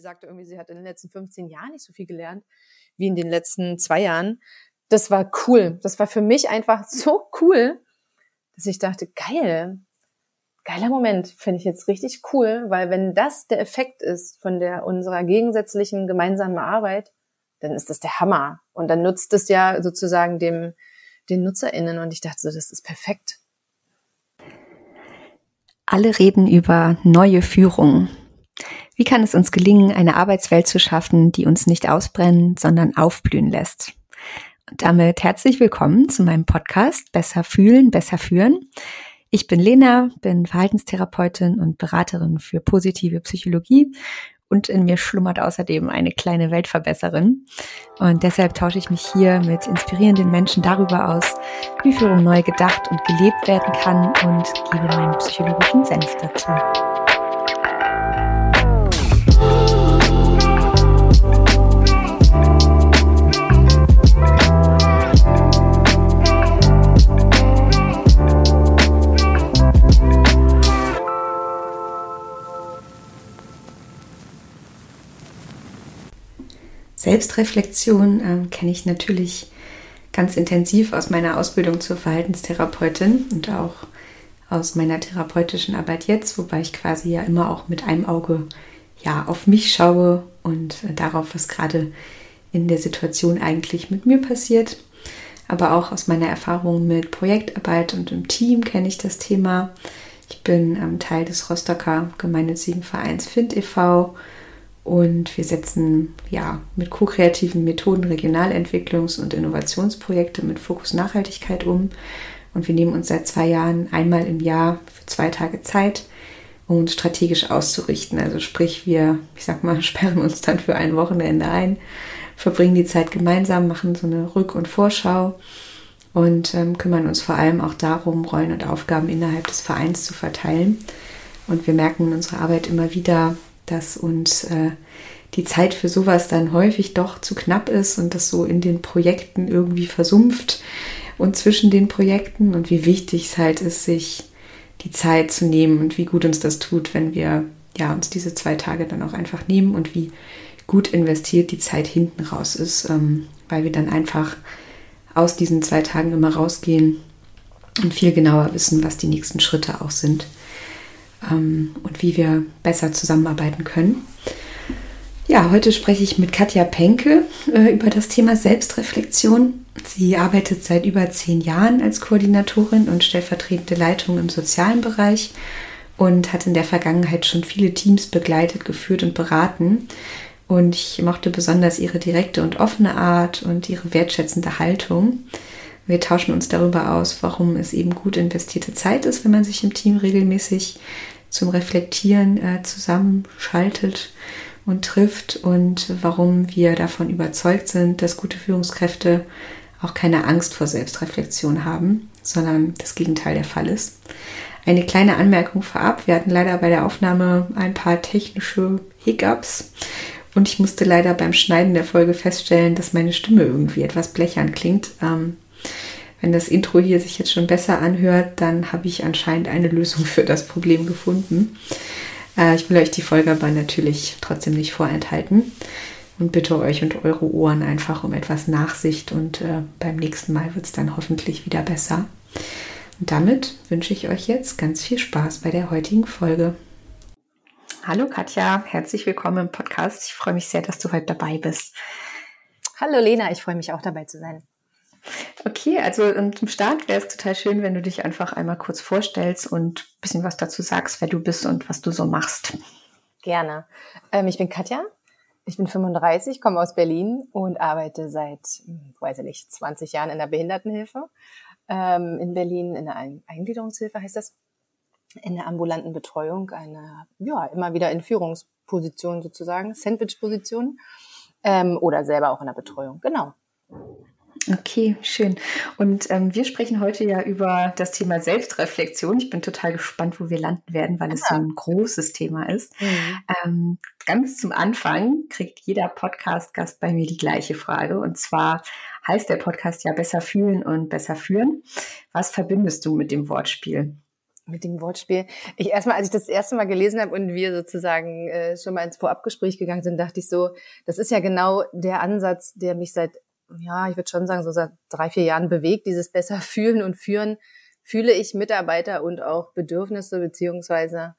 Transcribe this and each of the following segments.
sagte irgendwie, sie hat in den letzten 15 Jahren nicht so viel gelernt wie in den letzten 2 Jahren. Das war cool. Das war für mich einfach so cool, dass ich dachte, geiler Moment, finde ich jetzt richtig cool, weil wenn das der Effekt ist von unserer gegensätzlichen gemeinsamen Arbeit, dann ist das der Hammer. Und dann nutzt es ja sozusagen den NutzerInnen. Und ich dachte so, das ist perfekt. Alle reden über neue Führung. Wie kann es uns gelingen, eine Arbeitswelt zu schaffen, die uns nicht ausbrennen, sondern aufblühen lässt? Und damit herzlich willkommen zu meinem Podcast Besser fühlen, besser führen. Ich bin Lena, bin Verhaltenstherapeutin und Beraterin für positive Psychologie und in mir schlummert außerdem eine kleine Weltverbesserin. Und deshalb tausche ich mich hier mit inspirierenden Menschen darüber aus, wie Führung neu gedacht und gelebt werden kann und gebe meinen psychologischen Senf dazu. Selbstreflexion kenne ich natürlich ganz intensiv aus meiner Ausbildung zur Verhaltenstherapeutin und auch aus meiner therapeutischen Arbeit jetzt, wobei ich quasi ja immer auch mit einem Auge auf mich schaue und darauf, was gerade in der Situation eigentlich mit mir passiert. Aber auch aus meiner Erfahrung mit Projektarbeit und im Team kenne ich das Thema. Ich bin Teil des Rostocker gemeinnützigen Vereins FIND e.V. Und wir setzen mit ko-kreativen Methoden Regionalentwicklungs- und Innovationsprojekte mit Fokus Nachhaltigkeit um. Und wir nehmen uns seit 2 Jahren einmal im Jahr für 2 Tage Zeit, um uns strategisch auszurichten. Also sprich, wir, sperren uns dann für ein Wochenende ein, verbringen die Zeit gemeinsam, machen so eine Rück- und Vorschau und kümmern uns vor allem auch darum, Rollen und Aufgaben innerhalb des Vereins zu verteilen. Und wir merken in unserer Arbeit immer wieder, dass uns die Zeit für sowas dann häufig doch zu knapp ist und das so in den Projekten irgendwie versumpft und zwischen den Projekten und wie wichtig es halt ist, sich die Zeit zu nehmen und wie gut uns das tut, wenn wir uns diese 2 Tage dann auch einfach nehmen und wie gut investiert die Zeit hinten raus ist, weil wir dann einfach aus diesen 2 Tagen immer rausgehen und viel genauer wissen, was die nächsten Schritte auch sind. Und wie wir besser zusammenarbeiten können. Ja, heute spreche ich mit Katja Penke über das Thema Selbstreflexion. Sie arbeitet seit über 10 Jahren als Koordinatorin und stellvertretende Leitung im sozialen Bereich und hat in der Vergangenheit schon viele Teams begleitet, geführt und beraten. Und ich mochte besonders ihre direkte und offene Art und ihre wertschätzende Haltung. Wir tauschen uns darüber aus, warum es eben gut investierte Zeit ist, wenn man sich im Team regelmäßig zum Reflektieren zusammenschaltet und trifft und warum wir davon überzeugt sind, dass gute Führungskräfte auch keine Angst vor Selbstreflexion haben, sondern das Gegenteil der Fall ist. Eine kleine Anmerkung vorab. Wir hatten leider bei der Aufnahme ein paar technische Hiccups und ich musste leider beim Schneiden der Folge feststellen, dass meine Stimme irgendwie etwas blechern klingt. Wenn das Intro hier sich jetzt schon besser anhört, dann habe ich anscheinend eine Lösung für das Problem gefunden. Ich will euch die Folge aber natürlich trotzdem nicht vorenthalten und bitte euch und eure Ohren einfach um etwas Nachsicht und beim nächsten Mal wird es dann hoffentlich wieder besser. Und damit wünsche ich euch jetzt ganz viel Spaß bei der heutigen Folge. Hallo Katja, herzlich willkommen im Podcast. Ich freue mich sehr, dass du heute dabei bist. Hallo Lena, ich freue mich auch dabei zu sein. Okay, also zum Start wäre es total schön, wenn du dich einfach einmal kurz vorstellst und ein bisschen was dazu sagst, wer du bist und was du so machst. Gerne. Ich bin Katja, ich bin 35, komme aus Berlin und arbeite seit, 20 Jahren in der Behindertenhilfe. In Berlin in der Eingliederungshilfe heißt das, in der ambulanten Betreuung, immer wieder in Führungspositionen sozusagen, Sandwich-Positionen oder selber auch in der Betreuung, genau. Okay, schön. Und wir sprechen heute ja über das Thema Selbstreflexion. Ich bin total gespannt, wo wir landen werden, weil es so ein großes Thema ist. Ganz zum Anfang kriegt jeder Podcast-Gast bei mir die gleiche Frage. Und zwar heißt der Podcast ja Besser fühlen und besser führen. Was verbindest du mit dem Wortspiel? Mit dem Wortspiel. Als ich das erste Mal gelesen habe und wir sozusagen schon mal ins Vorabgespräch gegangen sind, dachte ich so, das ist ja genau der Ansatz, der mich seit, ich würde schon sagen, so seit 3-4 Jahren bewegt, dieses besser fühlen und führen. Fühle ich Mitarbeiter und auch Bedürfnisse beziehungsweise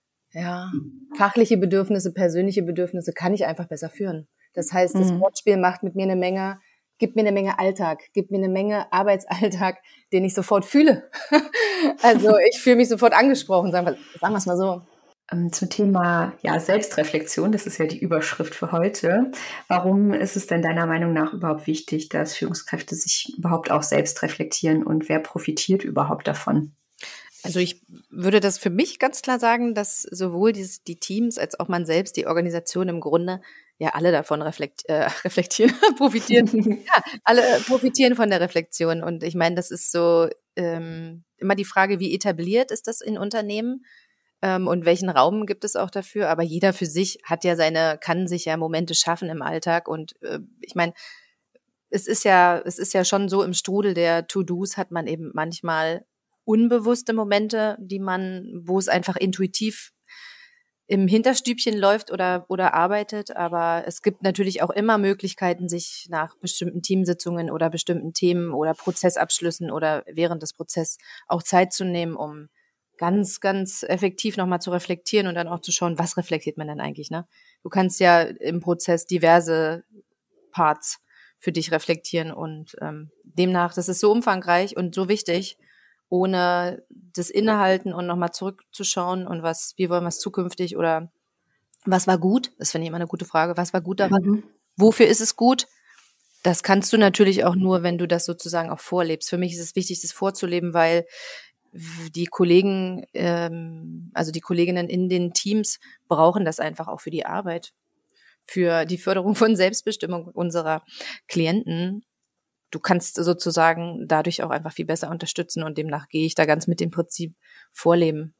fachliche Bedürfnisse, persönliche Bedürfnisse kann ich einfach besser führen. Das heißt, das Wortspiel macht mit mir gibt mir eine Menge Alltag, gibt mir eine Menge Arbeitsalltag, den ich sofort fühle. Also ich fühle mich sofort angesprochen, sagen wir es mal so. Zum Thema Selbstreflexion, das ist ja die Überschrift für heute. Warum ist es denn deiner Meinung nach überhaupt wichtig, dass Führungskräfte sich überhaupt auch selbst reflektieren und wer profitiert überhaupt davon? Also ich würde das für mich ganz klar sagen, dass sowohl die Teams als auch man selbst, die Organisation im Grunde ja alle davon reflektieren, profitieren. Ja, alle profitieren von der Reflexion. Und ich meine, das ist so immer die Frage, wie etabliert ist das in Unternehmen und welchen Raum gibt es auch dafür. Aber jeder für sich kann sich ja Momente schaffen im Alltag. Und ich meine, es ist ja schon so, im Strudel der To-Dos hat man eben manchmal unbewusste Momente, wo es einfach intuitiv im Hinterstübchen läuft oder arbeitet. Aber es gibt natürlich auch immer Möglichkeiten, sich nach bestimmten Teamsitzungen oder bestimmten Themen oder Prozessabschlüssen oder während des Prozesses auch Zeit zu nehmen, um ganz, ganz effektiv nochmal zu reflektieren und dann auch zu schauen, was reflektiert man denn eigentlich, ne? Du kannst ja im Prozess diverse Parts für dich reflektieren und demnach, das ist so umfangreich und so wichtig, ohne das Innehalten und nochmal zurückzuschauen und wie wollen wir es zukünftig oder was war gut? Das finde ich immer eine gute Frage. Was war gut daran? Wofür ist es gut? Das kannst du natürlich auch nur, wenn du das sozusagen auch vorlebst. Für mich ist es wichtig, das vorzuleben, weil die Kollegen, also die Kolleginnen in den Teams brauchen das einfach auch für die Arbeit, für die Förderung von Selbstbestimmung unserer Klienten. Du kannst sozusagen dadurch auch einfach viel besser unterstützen und demnach gehe ich da ganz mit dem Prinzip vorleben.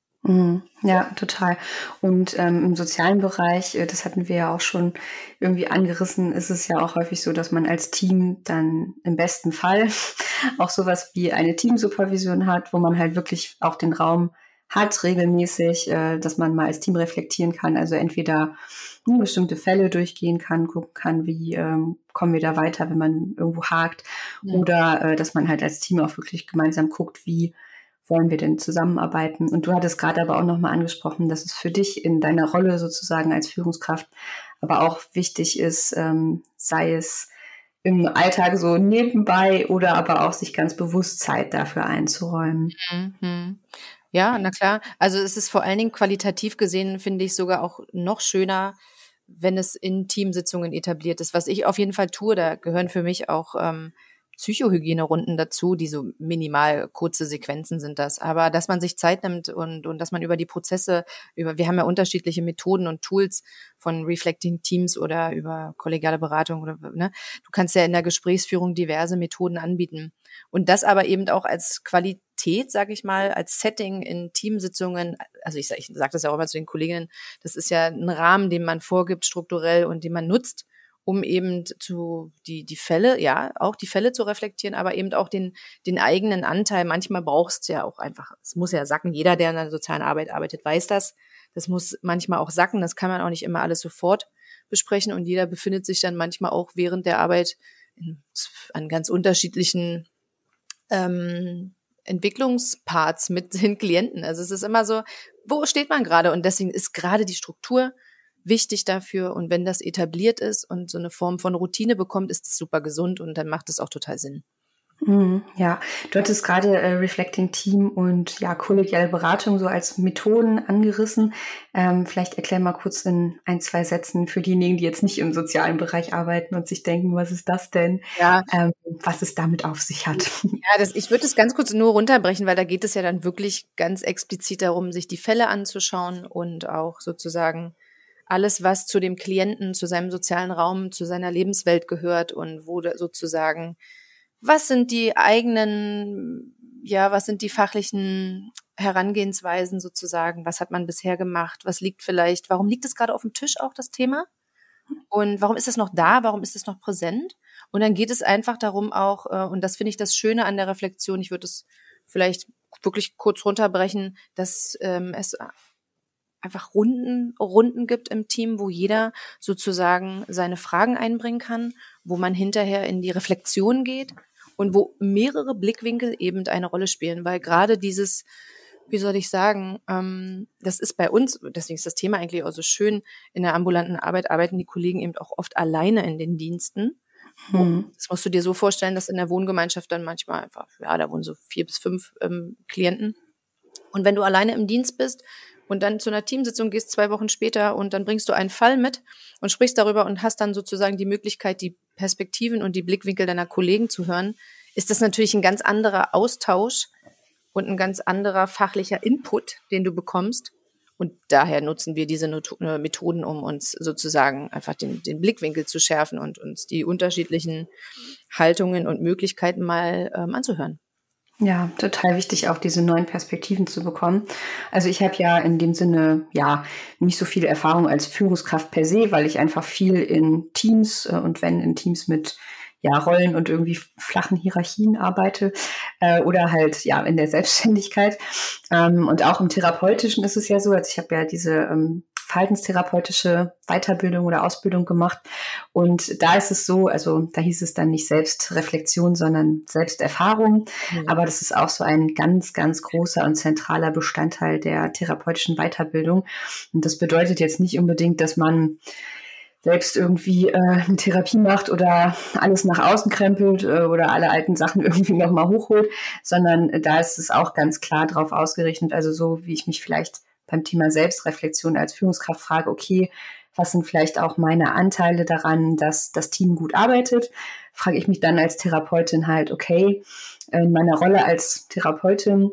Ja, total. Und im sozialen Bereich, das hatten wir ja auch schon irgendwie angerissen, ist es ja auch häufig so, dass man als Team dann im besten Fall auch sowas wie eine Teamsupervision hat, wo man halt wirklich auch den Raum hat, regelmäßig, dass man mal als Team reflektieren kann. Also entweder bestimmte Fälle durchgehen kann, gucken kann, wie kommen wir da weiter, wenn man irgendwo hakt, oder dass man halt als Team auch wirklich gemeinsam guckt, wie wollen wir denn zusammenarbeiten? Und du hattest gerade aber auch nochmal angesprochen, dass es für dich in deiner Rolle sozusagen als Führungskraft aber auch wichtig ist, sei es im Alltag so nebenbei oder aber auch sich ganz bewusst Zeit dafür einzuräumen. Mhm. Ja, na klar. Also es ist vor allen Dingen qualitativ gesehen, finde ich sogar auch noch schöner, wenn es in Teamsitzungen etabliert ist. Was ich auf jeden Fall tue, da gehören für mich auch Psychohygienerunden dazu, die so minimal kurze Sequenzen sind das. Aber dass man sich Zeit nimmt und dass man über die Prozesse, wir haben ja unterschiedliche Methoden und Tools von Reflecting Teams oder über kollegiale Beratung oder, ne? Du kannst ja in der Gesprächsführung diverse Methoden anbieten. Und das aber eben auch als Qualität, sage ich mal, als Setting in Teamsitzungen, also ich sage das ja auch immer zu den Kolleginnen, das ist ja ein Rahmen, den man vorgibt strukturell und den man nutzt, um eben die Fälle, ja, auch die Fälle zu reflektieren, aber eben auch den eigenen Anteil. Manchmal brauchst du ja auch einfach, es muss ja sacken, jeder, der in der sozialen Arbeit arbeitet, weiß das. Das muss manchmal auch sacken, das kann man auch nicht immer alles sofort besprechen und jeder befindet sich dann manchmal auch während der Arbeit an ganz unterschiedlichen Entwicklungsparts mit den Klienten. Also es ist immer so, wo steht man gerade? Und deswegen ist gerade die Struktur wichtig dafür. Und wenn das etabliert ist und so eine Form von Routine bekommt, ist es super gesund und dann macht es auch total Sinn. Ja, du hattest gerade Reflecting Team und kollegiale Beratung so als Methoden angerissen. Vielleicht erklär mal kurz in 1-2 Sätzen für diejenigen, die jetzt nicht im sozialen Bereich arbeiten und sich denken, was ist das denn? Ja. Was es damit auf sich hat. Ja, ich würde das ganz kurz nur runterbrechen, weil da geht es ja dann wirklich ganz explizit darum, sich die Fälle anzuschauen und auch sozusagen alles, was zu dem Klienten, zu seinem sozialen Raum, zu seiner Lebenswelt gehört und wo sozusagen was sind die fachlichen Herangehensweisen sozusagen? Was hat man bisher gemacht? Warum liegt es gerade auf dem Tisch auch, das Thema? Und warum ist es noch da? Warum ist es noch präsent? Und dann geht es einfach darum auch, und das finde ich das Schöne an der Reflexion, ich würde es vielleicht wirklich kurz runterbrechen, dass es einfach Runden gibt im Team, wo jeder sozusagen seine Fragen einbringen kann, wo man hinterher in die Reflexion geht und wo mehrere Blickwinkel eben eine Rolle spielen, weil gerade dieses, wie soll ich sagen, das ist bei uns, deswegen ist das Thema eigentlich auch so schön, in der ambulanten Arbeit arbeiten die Kollegen eben auch oft alleine in den Diensten. Das musst du dir so vorstellen, dass in der Wohngemeinschaft dann manchmal einfach, ja, da wohnen so 4 bis 5 Klienten. Und wenn du alleine im Dienst bist und dann zu einer Teamsitzung gehst 2 Wochen später und dann bringst du einen Fall mit und sprichst darüber und hast dann sozusagen die Möglichkeit, die Perspektiven und die Blickwinkel deiner Kollegen zu hören, ist das natürlich ein ganz anderer Austausch und ein ganz anderer fachlicher Input, den du bekommst. Und daher nutzen wir diese Methoden, um uns sozusagen einfach den Blickwinkel zu schärfen und uns die unterschiedlichen Haltungen und Möglichkeiten mal anzuhören. Ja, total wichtig, auch diese neuen Perspektiven zu bekommen. Also ich habe ja in dem Sinne nicht so viel Erfahrung als Führungskraft per se, weil ich einfach viel in Teams und wenn in Teams mit Rollen und irgendwie flachen Hierarchien arbeite oder halt in der Selbstständigkeit. Und auch im Therapeutischen ist es ja so, also ich habe ja diese verhaltenstherapeutische Weiterbildung oder Ausbildung gemacht. Und da ist es so, also da hieß es dann nicht Selbstreflexion, sondern Selbsterfahrung. Mhm. Aber das ist auch so ein ganz, ganz großer und zentraler Bestandteil der therapeutischen Weiterbildung. Und das bedeutet jetzt nicht unbedingt, dass man selbst irgendwie eine Therapie macht oder alles nach außen krempelt oder alle alten Sachen irgendwie nochmal hochholt, sondern da ist es auch ganz klar drauf ausgerichtet. Also so, wie ich mich vielleicht beim Thema Selbstreflexion als Führungskraft frage, okay, was sind vielleicht auch meine Anteile daran, dass das Team gut arbeitet? Frage ich mich dann als Therapeutin halt, okay, in meiner Rolle als Therapeutin,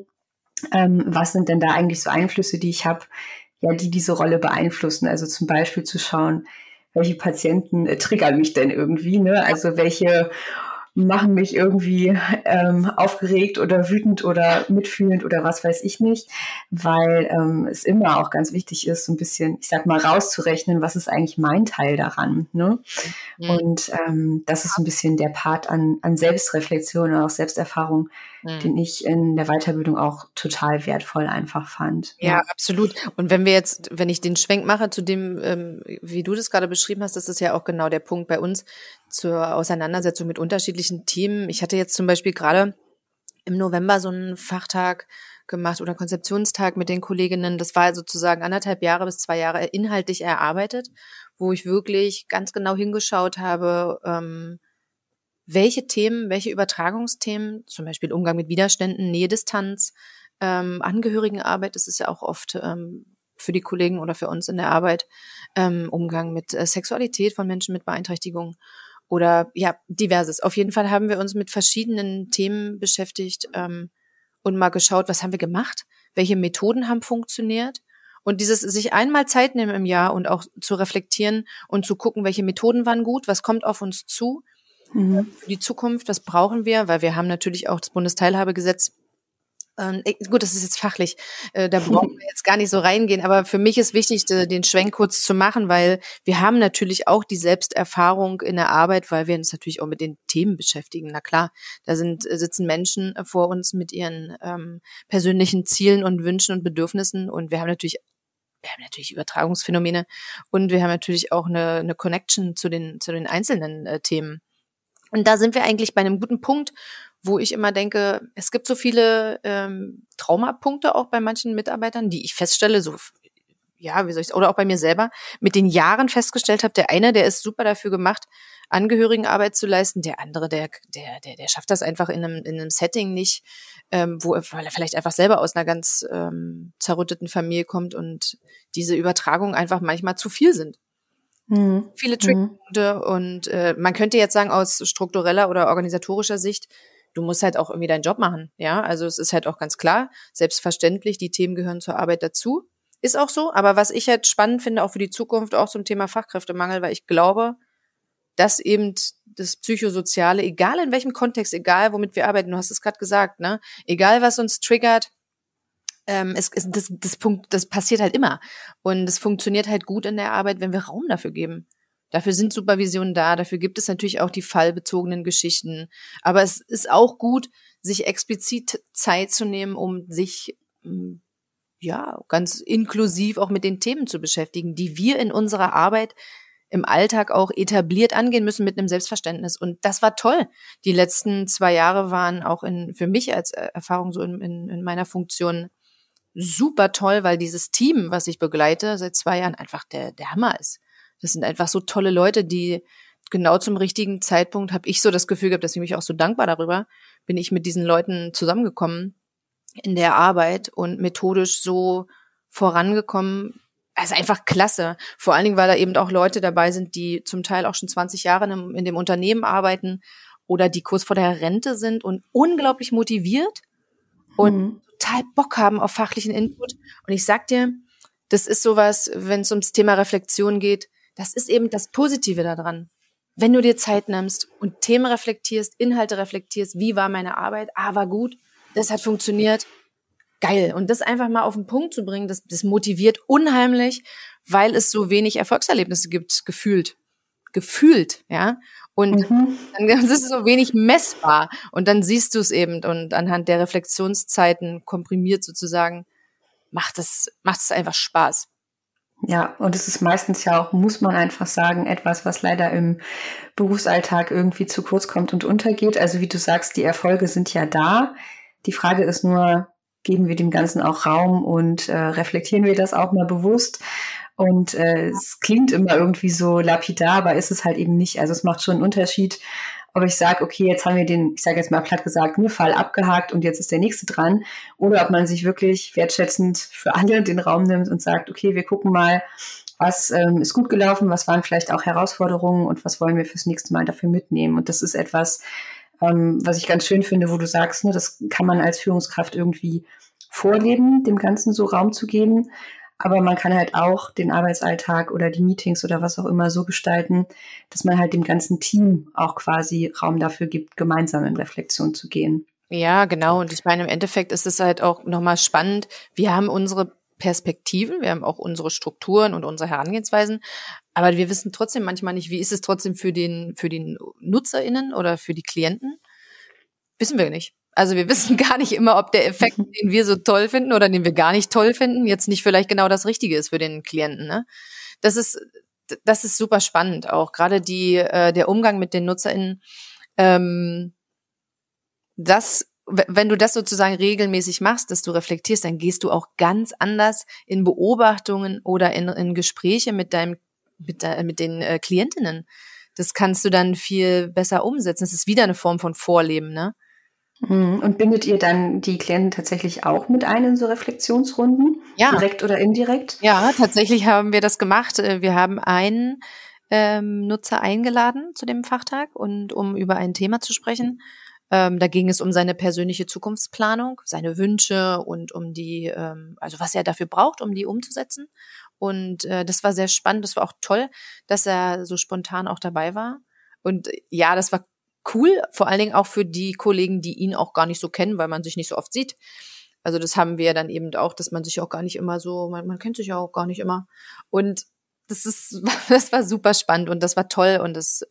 was sind denn da eigentlich so Einflüsse, die ich habe, die diese Rolle beeinflussen? Also zum Beispiel zu schauen, welche Patienten triggern mich denn irgendwie, ne? Also welche machen mich irgendwie aufgeregt oder wütend oder mitfühlend oder was weiß ich nicht, weil es immer auch ganz wichtig ist, so ein bisschen, ich sag mal, rauszurechnen, was ist eigentlich mein Teil daran, ne? Mhm. Und das ist so ein bisschen der Part an Selbstreflexion und auch Selbsterfahrung, den ich in der Weiterbildung auch total wertvoll einfach fand. Ja, absolut. Und wenn ich den Schwenk mache zu dem, wie du das gerade beschrieben hast, das ist ja auch genau der Punkt bei uns zur Auseinandersetzung mit unterschiedlichen Themen. Ich hatte jetzt zum Beispiel gerade im November so einen Fachtag gemacht oder Konzeptionstag mit den Kolleginnen. Das war sozusagen 1,5 Jahre bis 2 Jahre inhaltlich erarbeitet, wo ich wirklich ganz genau hingeschaut habe, welche Übertragungsthemen, zum Beispiel Umgang mit Widerständen, Nähe, Distanz, Angehörigenarbeit, das ist ja auch oft für die Kollegen oder für uns in der Arbeit, Umgang mit Sexualität von Menschen mit Beeinträchtigung oder diverses. Auf jeden Fall haben wir uns mit verschiedenen Themen beschäftigt und mal geschaut, was haben wir gemacht, welche Methoden haben funktioniert. Und dieses sich einmal Zeit nehmen im Jahr und auch zu reflektieren und zu gucken, welche Methoden waren gut, was kommt auf uns zu für die Zukunft, was brauchen wir, weil wir haben natürlich auch das Bundesteilhabegesetz. Gut, das ist jetzt fachlich, da brauchen wir jetzt gar nicht so reingehen, aber für mich ist wichtig, den Schwenk kurz zu machen, weil wir haben natürlich auch die Selbsterfahrung in der Arbeit, weil wir uns natürlich auch mit den Themen beschäftigen. Na klar, da sitzen Menschen vor uns mit ihren persönlichen Zielen und Wünschen und Bedürfnissen und wir haben natürlich Übertragungsphänomene und wir haben natürlich auch eine Connection zu den einzelnen Themen. Und da sind wir eigentlich bei einem guten Punkt, wo ich immer denke, es gibt so viele Traumapunkte auch bei manchen Mitarbeitern, die ich feststelle, oder auch bei mir selber, mit den Jahren festgestellt habe, der eine, der ist super dafür gemacht, Angehörigenarbeit zu leisten, der andere, der schafft das einfach in einem Setting nicht, weil er vielleicht einfach selber aus einer ganz zerrütteten Familie kommt und diese Übertragungen einfach manchmal zu viel sind. Viele Triggerpunkte und man könnte jetzt sagen, aus struktureller oder organisatorischer Sicht, du musst halt auch irgendwie deinen Job machen, ja, also es ist halt auch ganz klar, selbstverständlich, die Themen gehören zur Arbeit dazu, ist auch so, aber was ich halt spannend finde, auch für die Zukunft, auch zum Thema Fachkräftemangel, weil ich glaube, dass eben das Psychosoziale, egal in welchem Kontext, egal womit wir arbeiten, du hast es gerade gesagt, ne, egal was uns triggert, das passiert halt immer und es funktioniert halt gut in der Arbeit, wenn wir Raum dafür geben. Dafür sind Supervisionen da, dafür gibt es natürlich auch die fallbezogenen Geschichten. Aber es ist auch gut, sich explizit Zeit zu nehmen, um sich ganz inklusiv auch mit den Themen zu beschäftigen, die wir in unserer Arbeit im Alltag auch etabliert angehen müssen mit einem Selbstverständnis. Und das war toll. Die letzten 2 Jahre waren auch für mich als Erfahrung so in meiner Funktion super toll, weil dieses Team, was ich begleite, seit 2 Jahren einfach der Hammer ist. Das sind einfach so tolle Leute, die genau zum richtigen Zeitpunkt, habe ich so das Gefühl gehabt, dass ich mich auch so dankbar darüber, bin ich mit diesen Leuten zusammengekommen in der Arbeit und methodisch so vorangekommen. Also einfach klasse. Vor allen Dingen, weil da eben auch Leute dabei sind, die zum Teil auch schon 20 Jahre in dem Unternehmen arbeiten oder die kurz vor der Rente sind und unglaublich motiviert und total Bock haben auf fachlichen Input. Und ich sag dir, das ist sowas, wenn es ums Thema Reflexion geht, das ist eben das Positive daran. Wenn du dir Zeit nimmst und Themen reflektierst, Inhalte reflektierst, wie war meine Arbeit? War gut, das hat funktioniert, geil. Und das einfach mal auf den Punkt zu bringen, das motiviert unheimlich, weil es so wenig Erfolgserlebnisse gibt, gefühlt, ja. Und dann ist es so wenig messbar. Und dann siehst du es eben und anhand der Reflexionszeiten komprimiert sozusagen, macht es einfach Spaß. Ja, und es ist meistens ja auch, muss man einfach sagen, etwas, was leider im Berufsalltag irgendwie zu kurz kommt und untergeht. Also wie du sagst, die Erfolge sind ja da. Die Frage ist nur, geben wir dem Ganzen auch Raum und reflektieren wir das auch mal bewusst? Und es klingt immer irgendwie so lapidar, aber ist es halt eben nicht. Also es macht schon einen Unterschied, ob ich sage, okay, jetzt haben wir ich sage jetzt mal platt gesagt, Fall abgehakt und jetzt ist der nächste dran. Oder ob man sich wirklich wertschätzend für alle den Raum nimmt und sagt, okay, wir gucken mal, was ist gut gelaufen, was waren vielleicht auch Herausforderungen und was wollen wir fürs nächste Mal dafür mitnehmen. Und das ist etwas, was ich ganz schön finde, wo du sagst, ne, das kann man als Führungskraft irgendwie vorleben, dem Ganzen so Raum zu geben. Aber man kann halt auch den Arbeitsalltag oder die Meetings oder was auch immer so gestalten, dass man halt dem ganzen Team auch quasi Raum dafür gibt, gemeinsam in Reflexion zu gehen. Ja, genau. Und ich meine, im Endeffekt ist es halt auch nochmal spannend. Wir haben unsere Perspektiven, wir haben auch unsere Strukturen und unsere Herangehensweisen. Aber wir wissen trotzdem manchmal nicht, wie ist es trotzdem für den NutzerInnen oder für die Klienten? Wissen wir nicht. Also wir wissen gar nicht immer, ob der Effekt, den wir so toll finden oder den wir gar nicht toll finden, jetzt nicht vielleicht genau das Richtige ist für den Klienten. Ne? Das ist super spannend auch. Gerade der Umgang mit den NutzerInnen, wenn du das sozusagen regelmäßig machst, dass du reflektierst, dann gehst du auch ganz anders in Beobachtungen oder in Gespräche mit den Klientinnen. Das kannst du dann viel besser umsetzen. Das ist wieder eine Form von Vorleben, ne? Und bindet ihr dann die Klienten tatsächlich auch mit ein in so Reflexionsrunden? Ja. Direkt oder indirekt? Ja, tatsächlich haben wir das gemacht. Wir haben einen Nutzer eingeladen zu dem Fachtag und um über ein Thema zu sprechen. Da ging es um seine persönliche Zukunftsplanung, seine Wünsche und um also was er dafür braucht, um die umzusetzen. Und das war sehr spannend. Das war auch toll, dass er so spontan auch dabei war. Und ja, das war cool, vor allen Dingen auch für die Kollegen, die ihn auch gar nicht so kennen, weil man sich nicht so oft sieht. Also das haben wir dann eben auch, dass man sich auch gar nicht immer so, man kennt sich ja auch gar nicht immer. Und das war super spannend und das war toll und das,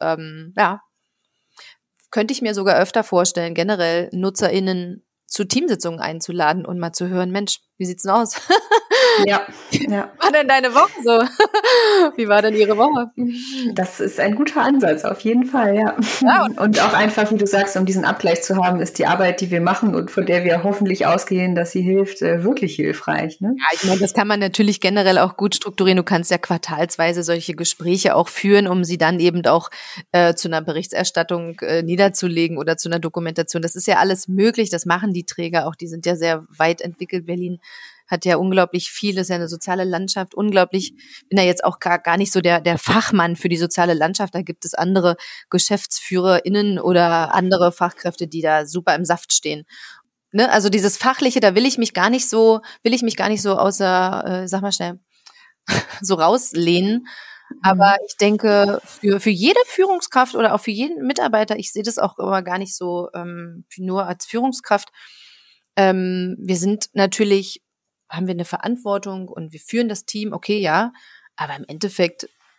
könnte ich mir sogar öfter vorstellen, generell NutzerInnen zu Teamsitzungen einzuladen und mal zu hören, Mensch, wie sieht's denn aus? Ja. Wie war denn deine Woche so? Wie war denn Ihre Woche? Das ist ein guter Ansatz, auf jeden Fall, ja. Und auch einfach, wie du sagst, um diesen Abgleich zu haben, ist die Arbeit, die wir machen und von der wir hoffentlich ausgehen, dass sie hilft, wirklich hilfreich. Ne? Ja, ich meine, das kann man natürlich generell auch gut strukturieren. Du kannst ja quartalsweise solche Gespräche auch führen, um sie dann eben auch zu einer Berichterstattung niederzulegen oder zu einer Dokumentation. Das ist ja alles möglich, das machen die Träger auch, die sind ja sehr weit entwickelt. Berlin hat ja unglaublich viel, ist ja eine soziale Landschaft, unglaublich, bin ja jetzt auch gar nicht so der Fachmann für die soziale Landschaft, da gibt es andere GeschäftsführerInnen oder andere Fachkräfte, die da super im Saft stehen. Ne? Also dieses Fachliche, da will ich mich gar nicht so außer, sag mal schnell, so rauslehnen. Aber ich denke, für jede Führungskraft oder auch für jeden Mitarbeiter, ich sehe das auch immer gar nicht so nur als Führungskraft, wir sind natürlich, haben wir eine Verantwortung und wir führen das Team, okay, ja, aber im Endeffekt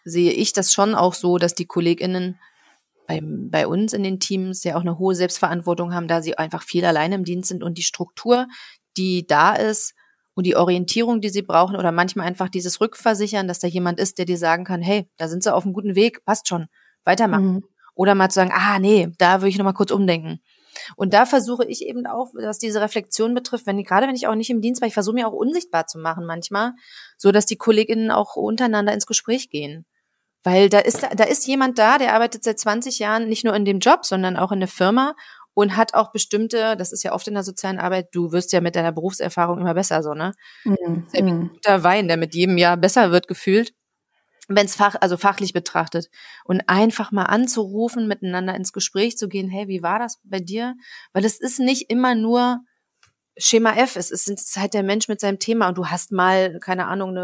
sehe ich das schon auch so, dass die KollegInnen bei uns in den Teams ja auch eine hohe Selbstverantwortung haben, da sie einfach viel alleine im Dienst sind und die Struktur, die da ist und die Orientierung, die sie brauchen oder manchmal einfach dieses Rückversichern, dass da jemand ist, der dir sagen kann, hey, da sind sie auf einem guten Weg, passt schon, weitermachen. Mhm. Oder mal zu sagen, nee, da würde ich noch mal kurz umdenken. Und da versuche ich eben auch, was diese Reflexion betrifft, gerade wenn ich auch nicht im Dienst war, ich versuche mir auch unsichtbar zu machen manchmal, so dass die KollegInnen auch untereinander ins Gespräch gehen. Weil da ist jemand da, der arbeitet seit 20 Jahren nicht nur in dem Job, sondern auch in der Firma und hat auch bestimmte, das ist ja oft in der sozialen Arbeit, du wirst ja mit deiner Berufserfahrung immer besser, so, ne? Mhm. Das ist ja wie ein guter Wein, der mit jedem Jahr besser wird gefühlt, wenn es fachlich betrachtet. Und einfach mal anzurufen, miteinander ins Gespräch zu gehen, hey, wie war das bei dir? Weil es ist nicht immer nur Schema F, es ist halt der Mensch mit seinem Thema und du hast mal, keine Ahnung,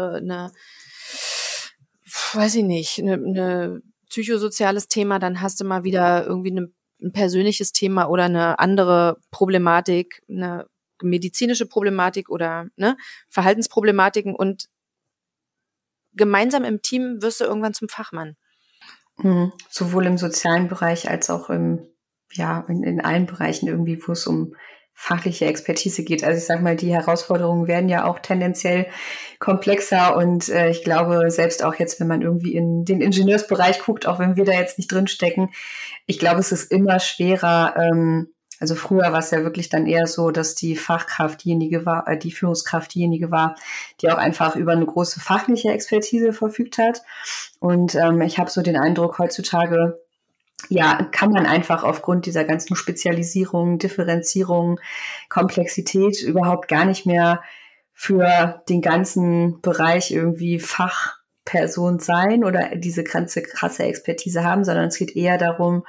weiß ich nicht, eine psychosoziales Thema, dann hast du mal wieder irgendwie ein persönliches Thema oder eine andere Problematik, eine medizinische Problematik oder Verhaltensproblematiken und gemeinsam im Team wirst du irgendwann zum Fachmann. Mhm. Sowohl im sozialen Bereich als auch in allen Bereichen irgendwie, wo es um fachliche Expertise geht. Also ich sage mal, die Herausforderungen werden ja auch tendenziell komplexer und ich glaube, selbst auch jetzt, wenn man irgendwie in den Ingenieursbereich guckt, auch wenn wir da jetzt nicht drin stecken, ich glaube, es ist immer schwerer. Also früher war es ja wirklich dann eher so, dass die Fachkraft diejenige war, die Führungskraft diejenige war, die auch einfach über eine große fachliche Expertise verfügt hat. Und ich habe so den Eindruck, heutzutage kann man einfach aufgrund dieser ganzen Spezialisierung, Differenzierung, Komplexität überhaupt gar nicht mehr für den ganzen Bereich irgendwie Fachperson sein oder diese ganze krasse Expertise haben, sondern es geht eher darum,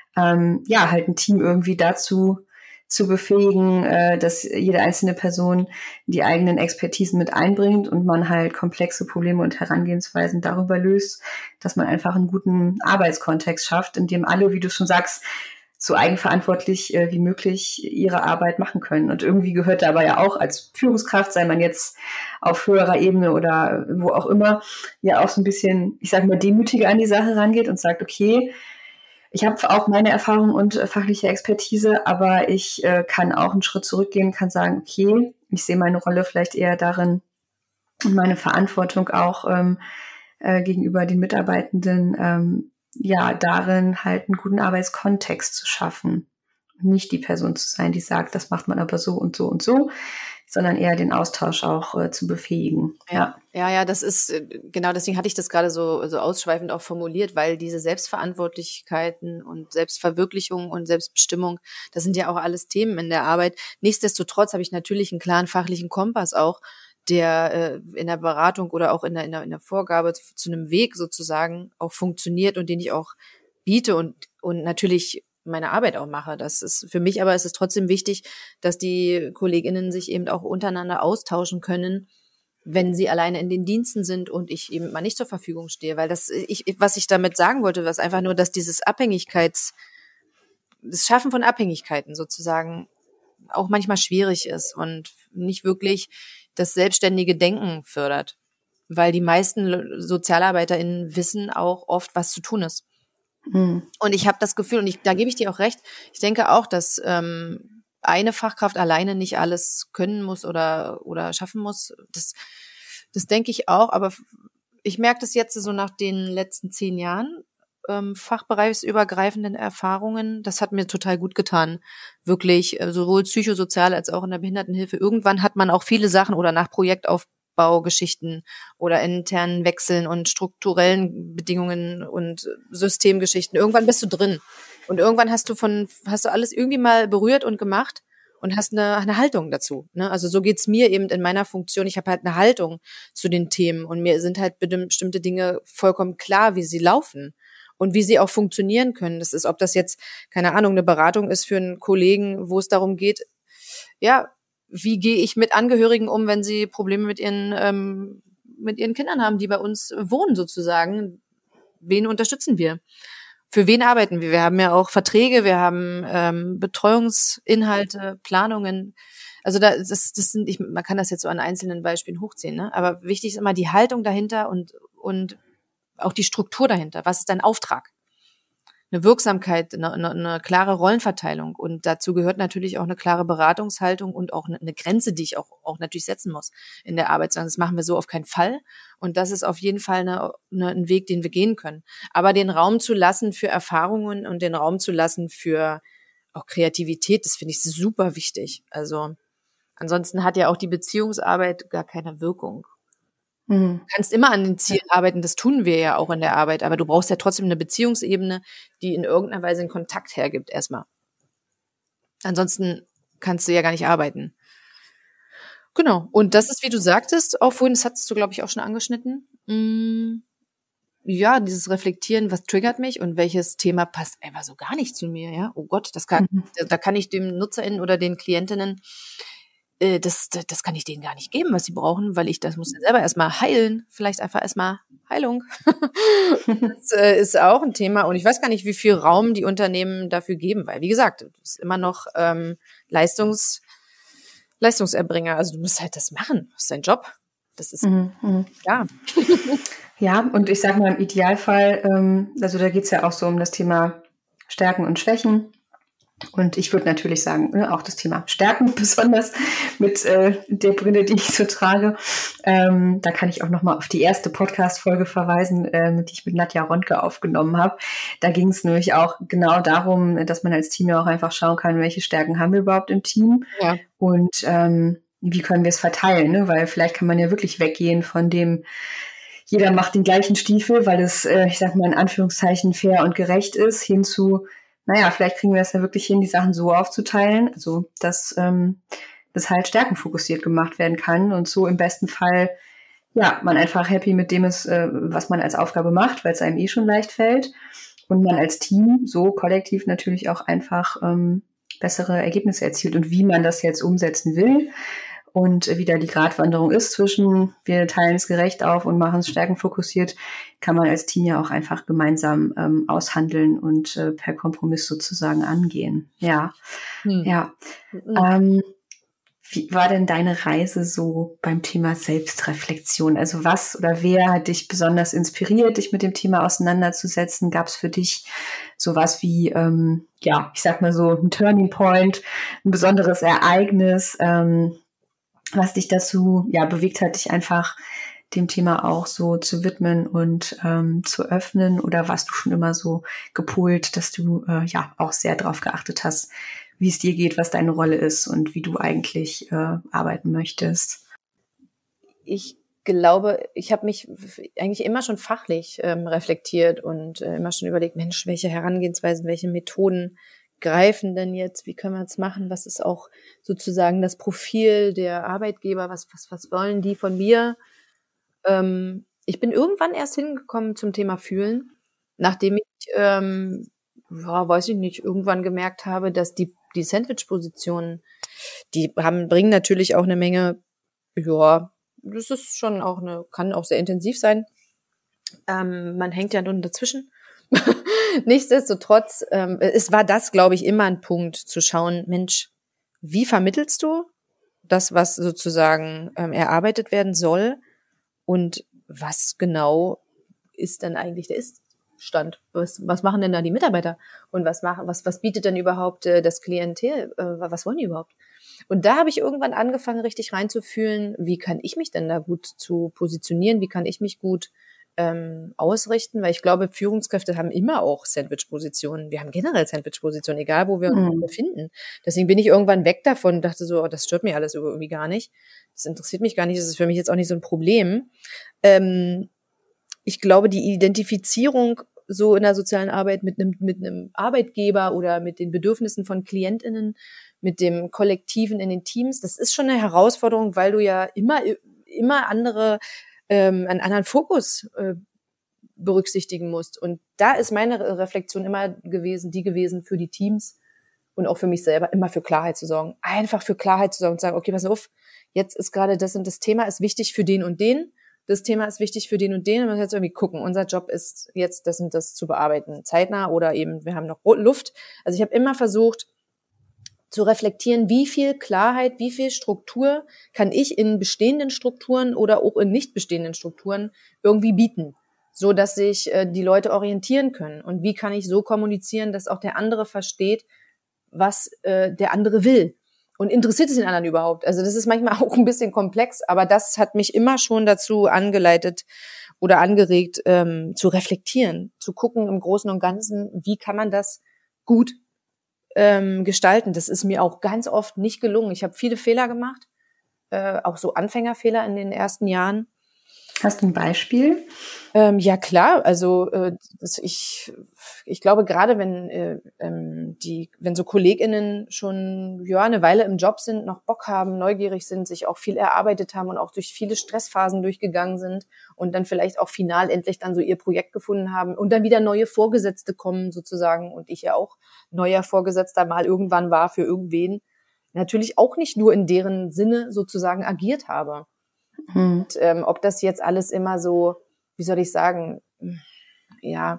halt ein Team irgendwie dazu zu befähigen, dass jede einzelne Person die eigenen Expertisen mit einbringt und man halt komplexe Probleme und Herangehensweisen darüber löst, dass man einfach einen guten Arbeitskontext schafft, in dem alle, wie du schon sagst, so eigenverantwortlich wie möglich ihre Arbeit machen können. Und irgendwie gehört dabei ja auch als Führungskraft, sei man jetzt auf höherer Ebene oder wo auch immer, ja auch so ein bisschen, ich sage mal, demütiger an die Sache rangeht und sagt, okay, ich habe auch meine Erfahrung und fachliche Expertise, aber ich kann auch einen Schritt zurückgehen, kann sagen, okay, ich sehe meine Rolle vielleicht eher darin und meine Verantwortung auch gegenüber den Mitarbeitenden, darin halt einen guten Arbeitskontext zu schaffen. Nicht die Person zu sein, die sagt, das macht man aber so und so und so, sondern eher den Austausch auch zu befähigen. Ja, das ist, genau deswegen hatte ich das gerade so ausschweifend auch formuliert, weil diese Selbstverantwortlichkeiten und Selbstverwirklichung und Selbstbestimmung, das sind ja auch alles Themen in der Arbeit. Nichtsdestotrotz habe ich natürlich einen klaren fachlichen Kompass auch, der in der Beratung oder auch in der Vorgabe zu einem Weg sozusagen auch funktioniert und den ich auch biete und natürlich meine Arbeit auch mache. Das ist für mich, aber es ist trotzdem wichtig, dass die KollegInnen sich eben auch untereinander austauschen können, wenn sie alleine in den Diensten sind und ich eben mal nicht zur Verfügung stehe. Weil was ich damit sagen wollte, was einfach nur, dass das Schaffen von Abhängigkeiten sozusagen auch manchmal schwierig ist und nicht wirklich das selbstständige Denken fördert. Weil die meisten SozialarbeiterInnen wissen auch oft, was zu tun ist. Und ich habe das Gefühl, und da gebe ich dir auch recht, ich denke auch, dass eine Fachkraft alleine nicht alles können muss oder schaffen muss. Das denke ich auch, aber ich merke das jetzt so nach den letzten 10 Jahren, fachbereichsübergreifenden Erfahrungen. Das hat mir total gut getan. Wirklich, sowohl psychosozial als auch in der Behindertenhilfe. Irgendwann hat man auch viele Sachen oder nach Projektaufbaugeschichten oder internen Wechseln und strukturellen Bedingungen und Systemgeschichten. Irgendwann bist du drin. Und irgendwann hast du alles irgendwie mal berührt und gemacht und hast eine Haltung dazu. Ne? Also so geht's mir eben in meiner Funktion. Ich habe halt eine Haltung zu den Themen und mir sind halt bestimmte Dinge vollkommen klar, wie sie laufen und wie sie auch funktionieren können. Das ist, ob das jetzt, keine Ahnung, eine Beratung ist für einen Kollegen, wo es darum geht, ja, wie gehe ich mit Angehörigen um, wenn sie Probleme mit ihren Kindern haben, die bei uns wohnen sozusagen. Wen unterstützen wir? Für wen arbeiten wir? Wir haben ja auch Verträge, wir haben Betreuungsinhalte, Planungen. Also man kann das jetzt so an einzelnen Beispielen hochziehen, ne? Aber wichtig ist immer die Haltung dahinter und auch die Struktur dahinter. Was ist dein Auftrag? Eine Wirksamkeit, eine klare Rollenverteilung. Und dazu gehört natürlich auch eine klare Beratungshaltung und auch eine Grenze, die ich auch natürlich setzen muss in der Arbeit. Das machen wir so auf keinen Fall. Und das ist auf jeden Fall ein Weg, den wir gehen können. Aber den Raum zu lassen für Erfahrungen und den Raum zu lassen für auch Kreativität, das finde ich super wichtig. Also ansonsten hat ja auch die Beziehungsarbeit gar keine Wirkung. Du kannst immer an den Zielen arbeiten, das tun wir ja auch in der Arbeit, aber du brauchst ja trotzdem eine Beziehungsebene, die in irgendeiner Weise einen Kontakt hergibt erstmal. Ansonsten kannst du ja gar nicht arbeiten. Genau, und das ist, wie du sagtest, auch vorhin, das hattest du, glaube ich, auch schon angeschnitten, ja, dieses Reflektieren, was triggert mich und welches Thema passt einfach so gar nicht zu mir, ja. Oh Gott, da kann ich dem NutzerInnen oder den Klientinnen das kann ich denen gar nicht geben, was sie brauchen, weil das muss ja selber erstmal heilen. Vielleicht einfach erstmal Heilung. Das ist auch ein Thema. Und ich weiß gar nicht, wie viel Raum die Unternehmen dafür geben, weil, wie gesagt, du bist immer noch Leistungserbringer. Also du musst halt das machen. Das ist dein Job. Das ist, ja. Ja, und ich sage mal im Idealfall, also da geht es ja auch so um das Thema Stärken und Schwächen. Und ich würde natürlich sagen, auch das Thema Stärken, besonders mit der Brille, die ich so trage. Da kann ich auch nochmal auf die erste Podcast-Folge verweisen, die ich mit Nadja Rondke aufgenommen habe. Da ging es nämlich auch genau darum, dass man als Team ja auch einfach schauen kann, welche Stärken haben wir überhaupt im Team und wie können wir es verteilen. Ne? Weil vielleicht kann man ja wirklich weggehen von dem, jeder macht den gleichen Stiefel, weil es, ich sag mal in Anführungszeichen, fair und gerecht ist, hinzu, naja, vielleicht kriegen wir es ja wirklich hin, die Sachen so aufzuteilen, also dass das halt stärkenfokussiert gemacht werden kann und so im besten Fall, ja, man einfach happy mit dem ist, was man als Aufgabe macht, weil es einem schon leicht fällt und man als Team so kollektiv natürlich auch einfach bessere Ergebnisse erzielt. Und wie man das jetzt umsetzen will und wie da die Gratwanderung ist zwischen wir teilen es gerecht auf und machen es stärkenfokussiert, kann man als Team ja auch einfach gemeinsam aushandeln und per Kompromiss sozusagen angehen. Ja, ja. Wie war denn deine Reise so beim Thema Selbstreflexion? Also was oder wer hat dich besonders inspiriert, dich mit dem Thema auseinanderzusetzen? Gab es für dich sowas wie, ja, ich sag mal so ein Turning Point, ein besonderes Ereignis, was dich dazu bewegt hat, dich einfach dem Thema auch so zu widmen und zu öffnen? Oder warst du schon immer so gepolt, dass du auch sehr darauf geachtet hast, wie es dir geht, was deine Rolle ist und wie du eigentlich arbeiten möchtest? Ich glaube, ich habe mich eigentlich immer schon fachlich reflektiert und immer schon überlegt, Mensch, welche Herangehensweisen, welche Methoden greifen denn jetzt? Wie können wir es machen? Was ist auch sozusagen das Profil der Arbeitgeber? Was wollen die von mir? Ich bin irgendwann erst hingekommen zum Thema Fühlen, nachdem ich, weiß ich nicht, irgendwann gemerkt habe, dass die Sandwich-Positionen, bringen natürlich auch eine Menge, das ist schon auch kann auch sehr intensiv sein. Man hängt ja nun dazwischen. Nichtsdestotrotz, es war das, glaube ich, immer ein Punkt zu schauen, Mensch, wie vermittelst du das, was sozusagen erarbeitet werden soll und was genau ist denn eigentlich der Ist-Stand? Was machen denn da die Mitarbeiter und was bietet denn überhaupt das Klientel? Was wollen die überhaupt? Und da habe ich irgendwann angefangen, richtig reinzufühlen, wie kann ich mich denn da gut zu positionieren, wie kann ich mich gut ausrichten, weil ich glaube, Führungskräfte haben immer auch Sandwich-Positionen. Wir haben generell Sandwich-Positionen, egal wo wir uns befinden. Deswegen bin ich irgendwann weg davon und dachte so, das stört mich alles irgendwie gar nicht. Das interessiert mich gar nicht, das ist für mich jetzt auch nicht so ein Problem. Ich glaube, die Identifizierung so in der sozialen Arbeit mit einem Arbeitgeber oder mit den Bedürfnissen von KlientInnen, mit dem Kollektiven in den Teams, das ist schon eine Herausforderung, weil du ja immer einen anderen Fokus berücksichtigen musst. Und da ist meine Reflexion immer gewesen für die Teams und auch für mich selber, immer für Klarheit zu sorgen. Einfach für Klarheit zu sorgen und sagen, okay, pass auf, jetzt ist gerade das und das Thema ist wichtig für den und den. Das Thema ist wichtig für den und den. Und wir müssen jetzt irgendwie gucken. Unser Job ist jetzt das und das zu bearbeiten. Zeitnah oder eben, wir haben noch Luft. Also ich habe immer versucht, zu reflektieren, wie viel Klarheit, wie viel Struktur kann ich in bestehenden Strukturen oder auch in nicht bestehenden Strukturen irgendwie bieten. so dass sich die Leute orientieren können. Und wie kann ich so kommunizieren, dass auch der andere versteht, was der andere will? Und interessiert es den anderen überhaupt? Also das ist manchmal auch ein bisschen komplex, aber das hat mich immer schon dazu angeleitet oder angeregt, zu reflektieren, zu gucken im Großen und Ganzen, wie kann man das gut gestalten. Das ist mir auch ganz oft nicht gelungen. Ich habe viele Fehler gemacht, auch so Anfängerfehler in den ersten Jahren. Hast du ein Beispiel? Ja klar, also ich glaube gerade wenn so KollegInnen schon eine Weile im Job sind, noch Bock haben, neugierig sind, sich auch viel erarbeitet haben und auch durch viele Stressphasen durchgegangen sind und dann vielleicht auch final endlich dann so ihr Projekt gefunden haben und dann wieder neue Vorgesetzte kommen sozusagen und ich ja auch neuer Vorgesetzter mal irgendwann war für irgendwen, natürlich auch nicht nur in deren Sinne sozusagen agiert habe. Und ob das jetzt alles immer so, wie soll ich sagen, ja,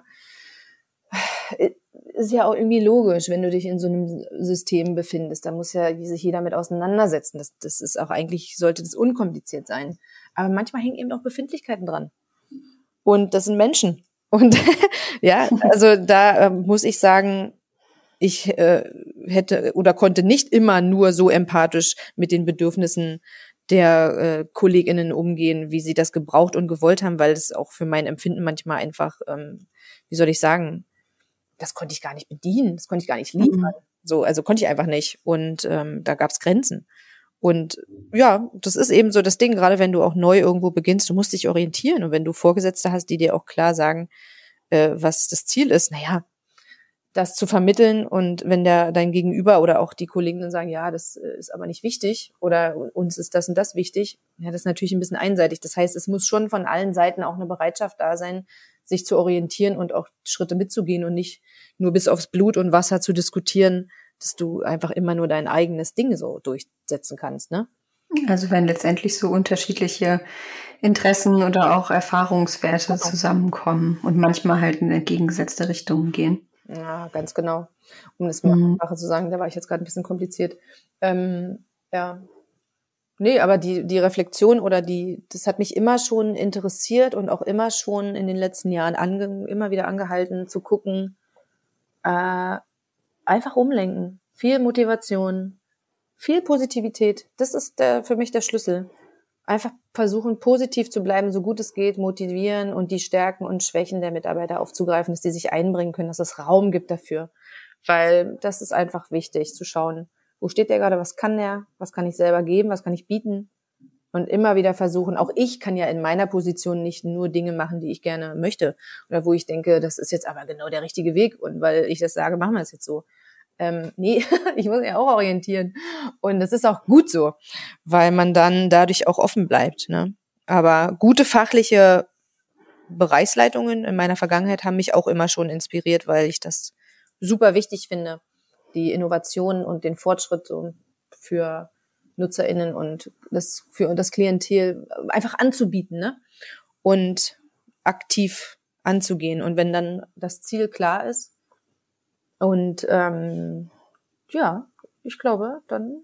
ist ja auch irgendwie logisch, wenn du dich in so einem System befindest. Da muss ja sich jeder mit auseinandersetzen. Das ist auch eigentlich, sollte das unkompliziert sein. Aber manchmal hängen eben auch Befindlichkeiten dran. Und das sind Menschen. Und ja, also da muss ich sagen, ich hätte oder konnte nicht immer nur so empathisch mit den Bedürfnissen der KollegInnen umgehen, wie sie das gebraucht und gewollt haben, weil es auch für mein Empfinden manchmal einfach, wie soll ich sagen, das konnte ich gar nicht bedienen, das konnte ich gar nicht liefern. So, also konnte ich einfach nicht. Und da gab es Grenzen. Und ja, das ist eben so das Ding, gerade wenn du auch neu irgendwo beginnst, du musst dich orientieren. Und wenn du Vorgesetzte hast, die dir auch klar sagen, was das Ziel ist, naja, das zu vermitteln und wenn dein Gegenüber oder auch die Kollegen dann sagen, ja, das ist aber nicht wichtig oder uns ist das und das wichtig, ja, das ist natürlich ein bisschen einseitig. Das heißt, es muss schon von allen Seiten auch eine Bereitschaft da sein, sich zu orientieren und auch Schritte mitzugehen und nicht nur bis aufs Blut und Wasser zu diskutieren, dass du einfach immer nur dein eigenes Ding so durchsetzen kannst, ne? Also wenn letztendlich so unterschiedliche Interessen oder auch Erfahrungswerte zusammenkommen und manchmal halt in entgegengesetzte Richtungen gehen. Ja, ganz genau. Um es mir einfacher zu sagen, da war ich jetzt gerade ein bisschen kompliziert. Ja. Nee, aber die Reflexion oder das hat mich immer schon interessiert und auch immer schon in den letzten Jahren immer wieder angehalten zu gucken, einfach umlenken. Viel Motivation, viel Positivität. Das ist für mich der Schlüssel. Einfach versuchen, positiv zu bleiben, so gut es geht, motivieren und die Stärken und Schwächen der Mitarbeiter aufzugreifen, dass die sich einbringen können, dass es Raum gibt dafür. Weil das ist einfach wichtig, zu schauen, wo steht der gerade, was kann der, was kann ich selber geben, was kann ich bieten und immer wieder versuchen, auch ich kann ja in meiner Position nicht nur Dinge machen, die ich gerne möchte oder wo ich denke, das ist jetzt aber genau der richtige Weg und weil ich das sage, machen wir es jetzt so. Nee, ich muss mich auch orientieren. Und das ist auch gut so, weil man dann dadurch auch offen bleibt, ne? Aber gute fachliche Bereichsleitungen in meiner Vergangenheit haben mich auch immer schon inspiriert, weil ich das super wichtig finde, die Innovationen und den Fortschritt so für NutzerInnen und für das Klientel einfach anzubieten, ne? Und aktiv anzugehen. Und wenn dann das Ziel klar ist, und ja, ich glaube, dann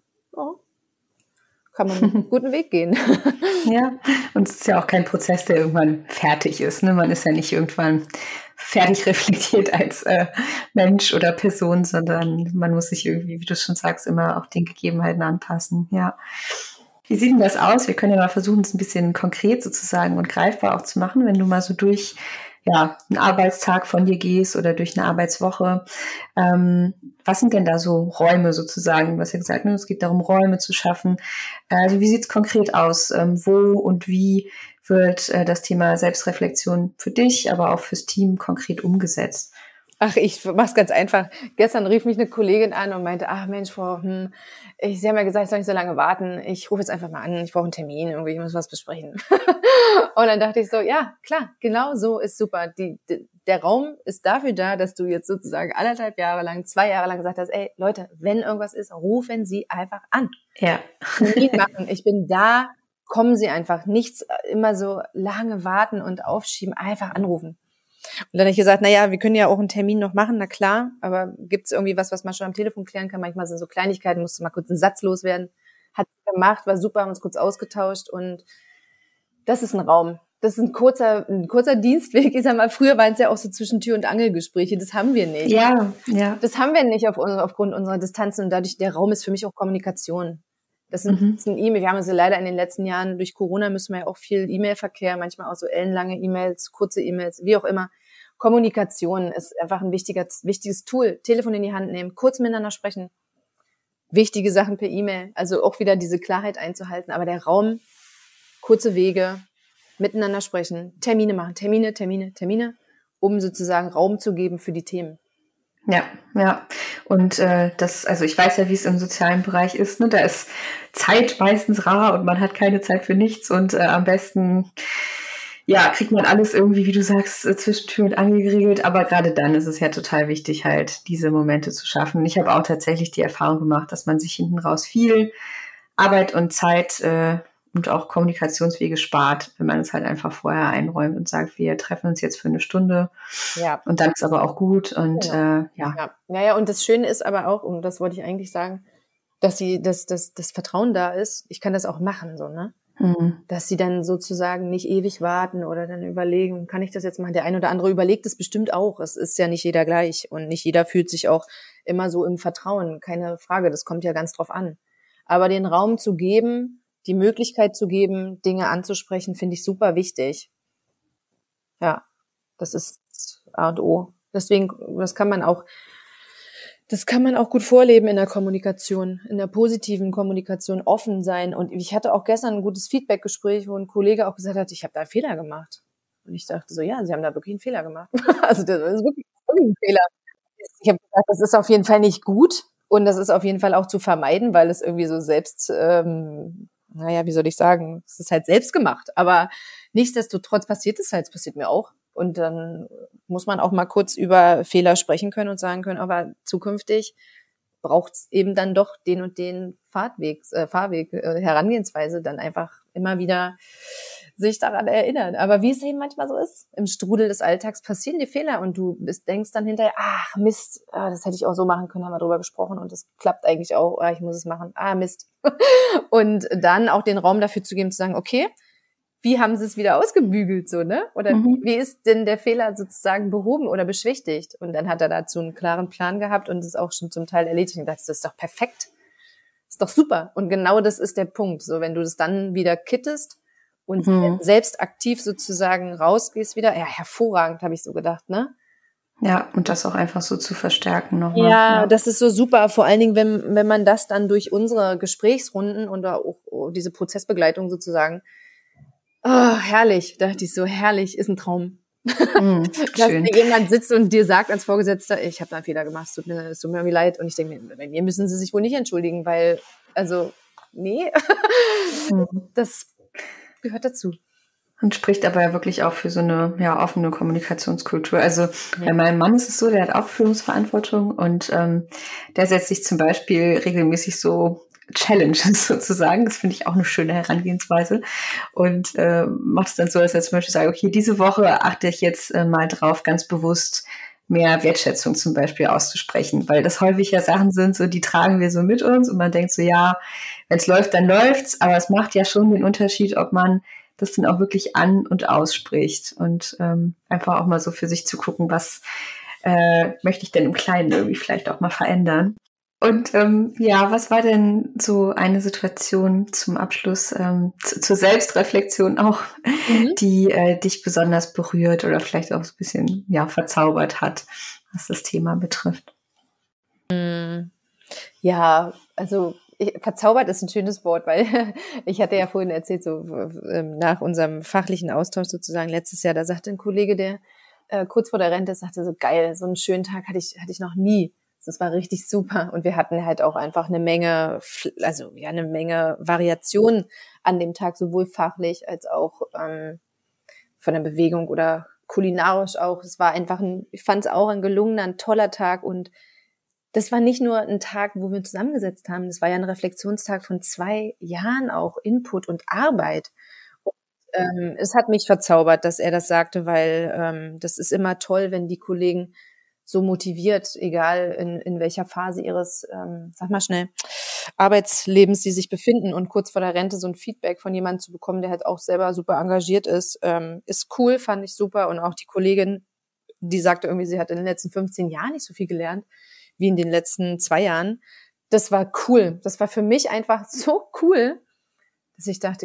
kann man einen guten Weg gehen. Ja, und es ist ja auch kein Prozess, der irgendwann fertig ist. Ne? Man ist ja nicht irgendwann fertig reflektiert als Mensch oder Person, sondern man muss sich irgendwie, wie du schon sagst, immer auch den Gegebenheiten anpassen. Ja. Wie sieht denn das aus? Wir können ja mal versuchen, es ein bisschen konkret sozusagen und greifbar auch zu machen, wenn du mal so durch einen Arbeitstag von dir gehst oder durch eine Arbeitswoche. Was sind denn da so Räume sozusagen? Du hast ja gesagt, es geht darum, Räume zu schaffen. Also wie sieht es konkret aus? Wo und wie wird das Thema Selbstreflexion für dich, aber auch fürs Team konkret umgesetzt? Ach, ich mach's ganz einfach. Gestern rief mich eine Kollegin an und meinte, ach Mensch, Sie haben ja gesagt, ich soll nicht so lange warten. Ich rufe jetzt einfach mal an, ich brauche einen Termin, irgendwie, ich muss was besprechen. Und dann dachte ich so, ja, klar, genau so ist super. Der Raum ist dafür da, dass du jetzt sozusagen 2 Jahre lang gesagt hast, ey, Leute, wenn irgendwas ist, rufen Sie einfach an. Ja. Termin machen, ich bin da, kommen Sie einfach. Nichts immer so lange warten und aufschieben, einfach anrufen. Und dann habe ich gesagt, naja, wir können ja auch einen Termin noch machen, na klar, aber gibt es irgendwie was man schon am Telefon klären kann? Manchmal sind so Kleinigkeiten, musste mal kurz einen Satz loswerden. Hat gemacht, war super, haben uns kurz ausgetauscht und das ist ein Raum. das ist ein kurzer Dienstweg. Ich sag mal, früher waren es ja auch so zwischen Tür- und Angelgespräche. Das haben wir nicht. Ja, ja. Das haben wir nicht aufgrund unserer Distanzen und dadurch, der Raum ist für mich auch Kommunikation. Das ist ein E-Mail. Wir haben also leider in den letzten Jahren durch Corona müssen wir ja auch viel E-Mail-Verkehr, manchmal auch so ellenlange E-Mails, kurze E-Mails, wie auch immer. Kommunikation ist einfach ein wichtiges Tool. Telefon in die Hand nehmen, kurz miteinander sprechen. Wichtige Sachen per E-Mail. Also auch wieder diese Klarheit einzuhalten. Aber der Raum, kurze Wege, miteinander sprechen, Termine machen, Termine, um sozusagen Raum zu geben für die Themen. Ja, ja. Und also ich weiß ja, wie es im sozialen Bereich ist, ne? Da ist Zeit meistens rar und man hat keine Zeit für nichts und am besten, ja, kriegt man alles irgendwie, wie du sagst, zwischen Tür und Angel geregelt. Aber gerade dann ist es ja total wichtig, halt diese Momente zu schaffen. Ich habe auch tatsächlich die Erfahrung gemacht, dass man sich hinten raus viel Arbeit und Zeit und auch Kommunikationswege spart, wenn man es halt einfach vorher einräumt und sagt, wir treffen uns jetzt für eine Stunde. Ja. Und dann ist aber auch gut und ja. Ja, und das Schöne ist aber auch, und das wollte ich eigentlich sagen, dass das Vertrauen da ist. Ich kann das auch machen, so, ne? Dass sie dann sozusagen nicht ewig warten oder dann überlegen, kann ich das jetzt machen? Der ein oder andere überlegt es bestimmt auch. Es ist ja nicht jeder gleich und nicht jeder fühlt sich auch immer so im Vertrauen. Keine Frage, das kommt ja ganz drauf an. Aber den Raum zu geben, die Möglichkeit zu geben, Dinge anzusprechen, finde ich super wichtig. Ja, das ist A und O. Deswegen, das kann man auch gut vorleben in der Kommunikation, in der positiven Kommunikation, offen sein. Und ich hatte auch gestern ein gutes Feedbackgespräch, wo ein Kollege auch gesagt hat, ich habe da einen Fehler gemacht. Und ich dachte so, ja, Sie haben da wirklich einen Fehler gemacht. Also das ist wirklich ein Fehler. Ich habe gesagt, das ist auf jeden Fall nicht gut und das ist auf jeden Fall auch zu vermeiden, weil es irgendwie so selbst, wie soll ich sagen, es ist halt selbst gemacht. Aber nichtsdestotrotz passiert es halt, es passiert mir auch. Und dann muss man auch mal kurz über Fehler sprechen können und sagen können, aber zukünftig braucht es eben dann doch den und den Herangehensweise, dann einfach immer wieder sich daran erinnern. Aber wie es eben manchmal so ist, im Strudel des Alltags passieren die Fehler und du denkst dann hinterher, ach Mist, das hätte ich auch so machen können, haben wir drüber gesprochen und das klappt eigentlich auch, ich muss es machen, Mist. Und dann auch den Raum dafür zu geben, zu sagen, okay, wie haben sie es wieder ausgebügelt, so, ne? Oder wie ist denn der Fehler sozusagen behoben oder beschwichtigt? Und dann hat er dazu einen klaren Plan gehabt und ist auch schon zum Teil erledigt. Und dachte, das ist doch perfekt. Das ist doch super. Und genau das ist der Punkt. So, wenn du das dann wieder kittest und selbst aktiv sozusagen rausgehst wieder, ja, hervorragend, habe ich so gedacht, ne? Ja, und das auch einfach so zu verstärken nochmal. Ja, das ist so super. Vor allen Dingen, wenn man das dann durch unsere Gesprächsrunden und auch diese Prozessbegleitung sozusagen, herrlich, dachte ich so, herrlich, ist ein Traum. Dass jemand sitzt und dir sagt als Vorgesetzter, ich habe da einen Fehler gemacht, es tut mir irgendwie leid. Und ich denke mir, bei mir müssen sie sich wohl nicht entschuldigen, weil, also, nee, das gehört dazu. Und spricht aber ja wirklich auch für so eine offene Kommunikationskultur. Also bei meinem Mann ist es so, der hat auch Führungsverantwortung und der setzt sich zum Beispiel regelmäßig so Challenges sozusagen. Das finde ich auch eine schöne Herangehensweise. Und macht es dann so, dass er zum Beispiel sagt, okay, diese Woche achte ich jetzt mal drauf, ganz bewusst mehr Wertschätzung zum Beispiel auszusprechen, weil das häufig ja Sachen sind, so die tragen wir so mit uns und man denkt so, ja, wenn es läuft, dann läuft's, aber es macht ja schon den Unterschied, ob man das dann auch wirklich an- und ausspricht und einfach auch mal so für sich zu gucken, was möchte ich denn im Kleinen irgendwie vielleicht auch mal verändern. Und was war denn so eine Situation zum Abschluss, zur Selbstreflexion auch, die dich besonders berührt oder vielleicht auch so ein bisschen verzaubert hat, was das Thema betrifft? Ja, also verzaubert ist ein schönes Wort, weil ich hatte ja vorhin erzählt, so nach unserem fachlichen Austausch sozusagen letztes Jahr, da sagte ein Kollege, der kurz vor der Rente sagte, so geil, so einen schönen Tag hatte ich noch nie. Das war richtig super. Und wir hatten halt auch einfach eine Menge Variation an dem Tag, sowohl fachlich als auch von der Bewegung oder kulinarisch auch. Es war einfach ich fand es auch ein gelungener, ein toller Tag und das war nicht nur ein Tag, wo wir zusammengesetzt haben, das war ja ein Reflexionstag von 2 Jahren auch Input und Arbeit. Und, es hat mich verzaubert, dass er das sagte, weil das ist immer toll, wenn die Kollegen so motiviert, egal in welcher Phase ihres, sag mal schnell, Arbeitslebens sie sich befinden, und kurz vor der Rente so ein Feedback von jemandem zu bekommen, der halt auch selber super engagiert ist cool, fand ich super. Und auch die Kollegin, die sagte irgendwie, sie hat in den letzten 15 Jahren nicht so viel gelernt wie in den letzten 2 Jahren. Das war cool. Das war für mich einfach so cool, dass ich dachte,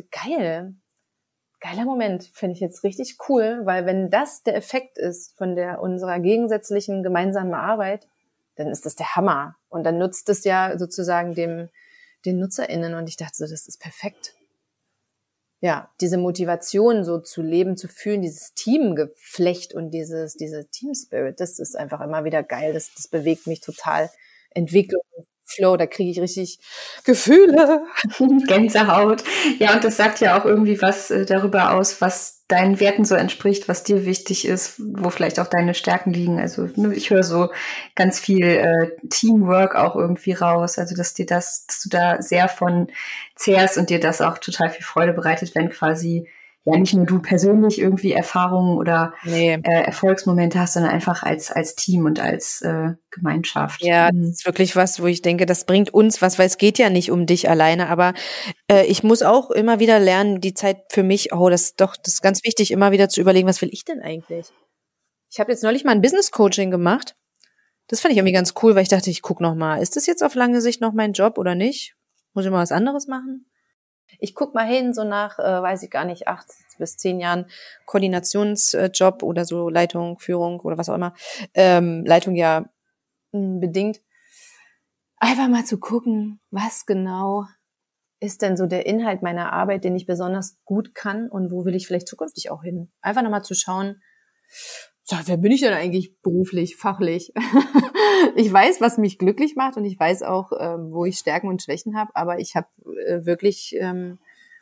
geiler Moment, finde ich jetzt richtig cool, weil wenn das der Effekt ist von unserer gegensätzlichen gemeinsamen Arbeit, dann ist das der Hammer. Und dann nutzt es ja sozusagen den NutzerInnen. Und ich dachte so, das ist perfekt. Ja, diese Motivation so zu leben, zu fühlen, dieses Teamgeflecht und diese Team-Spirit, das ist einfach immer wieder geil. Das bewegt mich total. Entwicklung, Flow, da kriege ich richtig Gefühle. Gänsehaut. Ja, und das sagt ja auch irgendwie was darüber aus, was deinen Werten so entspricht, was dir wichtig ist, wo vielleicht auch deine Stärken liegen. Also ich höre so ganz viel Teamwork auch irgendwie raus. Also dass du da sehr von zehrst und dir das auch total viel Freude bereitet, wenn quasi ja nicht nur du persönlich irgendwie Erfahrungen oder Erfolgsmomente hast, sondern einfach als Team und als Gemeinschaft. Ja, das ist wirklich was, wo ich denke, das bringt uns was, weil es geht ja nicht um dich alleine, aber ich muss auch immer wieder lernen, die Zeit für mich, das ist ganz wichtig, immer wieder zu überlegen, was will ich denn eigentlich? Ich habe jetzt neulich mal ein Business-Coaching gemacht. Das fand ich irgendwie ganz cool, weil ich dachte, ich gucke noch mal, ist das jetzt auf lange Sicht noch mein Job oder nicht? Muss ich mal was anderes machen? Ich guck mal hin, so nach, weiß ich gar nicht, 8 bis 10 Jahren Koordinationsjob oder so Leitung, Führung oder was auch immer. Leitung ja bedingt. Einfach mal zu gucken, was genau ist denn so der Inhalt meiner Arbeit, den ich besonders gut kann und wo will ich vielleicht zukünftig auch hin. Einfach nochmal zu schauen, so, wer bin ich denn eigentlich beruflich, fachlich? Ich weiß, was mich glücklich macht, und ich weiß auch, wo ich Stärken und Schwächen habe, aber ich habe wirklich hin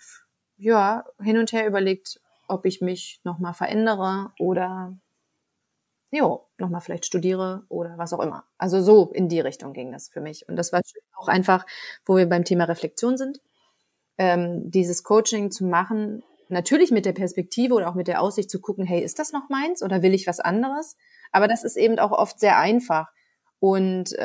und her überlegt, ob ich mich nochmal verändere oder nochmal vielleicht studiere oder was auch immer. Also so in die Richtung ging das für mich. Und das war auch einfach, wo wir beim Thema Reflexion sind, dieses Coaching zu machen, natürlich mit der Perspektive oder auch mit der Aussicht zu gucken, hey, ist das noch meins oder will ich was anderes? Aber das ist eben auch oft sehr einfach. Und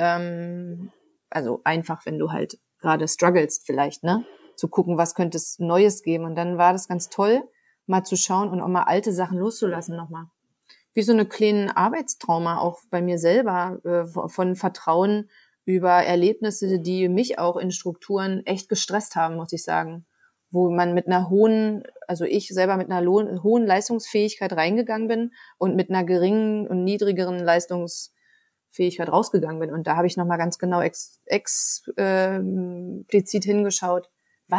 also einfach, wenn du halt gerade strugglest vielleicht, ne? Zu gucken, was könnte es Neues geben. Und dann war das ganz toll, mal zu schauen und auch mal alte Sachen loszulassen nochmal. Wie so eine kleine Arbeitstrauma auch bei mir selber, von Vertrauen über Erlebnisse, die mich auch in Strukturen echt gestresst haben, muss ich sagen. Wo man mit einer ich selber mit einer hohen Leistungsfähigkeit reingegangen bin und mit einer geringen und niedrigeren Leistungsfähigkeit rausgegangen bin. Und da habe ich nochmal ganz genau explizit hingeschaut,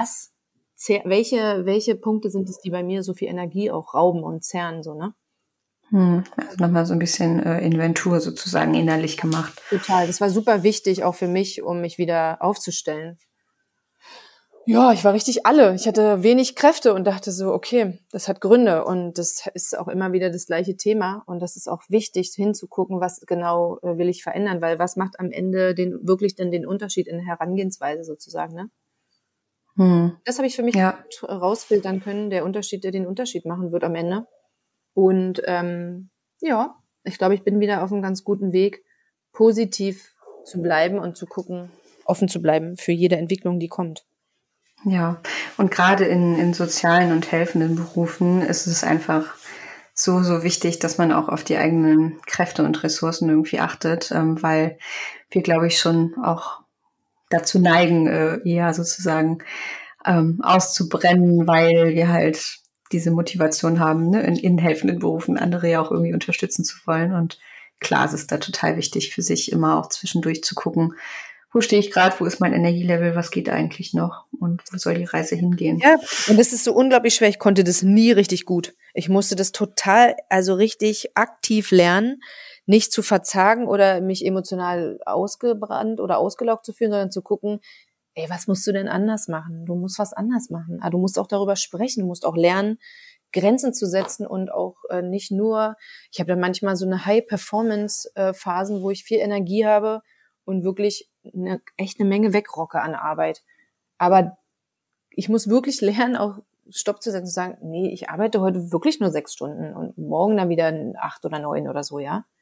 welche Punkte sind es, die bei mir so viel Energie auch rauben und zehren, so, ne? Also nochmal so ein bisschen Inventur sozusagen innerlich gemacht. Total, das war super wichtig auch für mich, um mich wieder aufzustellen. Ja, ich war richtig ich hatte wenig Kräfte und dachte so, okay, das hat Gründe, und das ist auch immer wieder das gleiche Thema, und das ist auch wichtig hinzugucken, was genau will ich verändern, weil was macht am Ende wirklich dann den Unterschied in der Herangehensweise sozusagen, ne? Das habe ich für mich rausfiltern können, der Unterschied, der den Unterschied machen wird am Ende. Und ich glaube, ich bin wieder auf einem ganz guten Weg, positiv zu bleiben und zu gucken, offen zu bleiben für jede Entwicklung, die kommt. Ja, und gerade in sozialen und helfenden Berufen ist es einfach so, so wichtig, dass man auch auf die eigenen Kräfte und Ressourcen irgendwie achtet, weil wir, glaube ich, schon auch dazu neigen, eher sozusagen auszubrennen, weil wir halt diese Motivation haben, ne, in helfenden Berufen andere ja auch irgendwie unterstützen zu wollen. Und klar, es ist da total wichtig für sich immer auch zwischendurch zu gucken, wo stehe ich gerade, wo ist mein Energielevel, was geht eigentlich noch und wo soll die Reise hingehen? Ja, und das ist so unglaublich schwer. Ich konnte das nie richtig gut. Ich musste das total, also richtig aktiv lernen, nicht zu verzagen oder mich emotional ausgebrannt oder ausgelaugt zu fühlen, sondern zu gucken, ey, was musst du denn anders machen? Du musst was anders machen. Du musst auch darüber sprechen, du musst auch lernen, Grenzen zu setzen und auch nicht nur, ich habe dann manchmal so eine High-Performance-Phasen, wo ich viel Energie habe und wirklich echt eine Menge wegrocke an Arbeit. Aber ich muss wirklich lernen, auch Stopp zu setzen und zu sagen, nee, ich arbeite heute wirklich nur 6 Stunden und morgen dann wieder 8 oder 9 oder so, ja.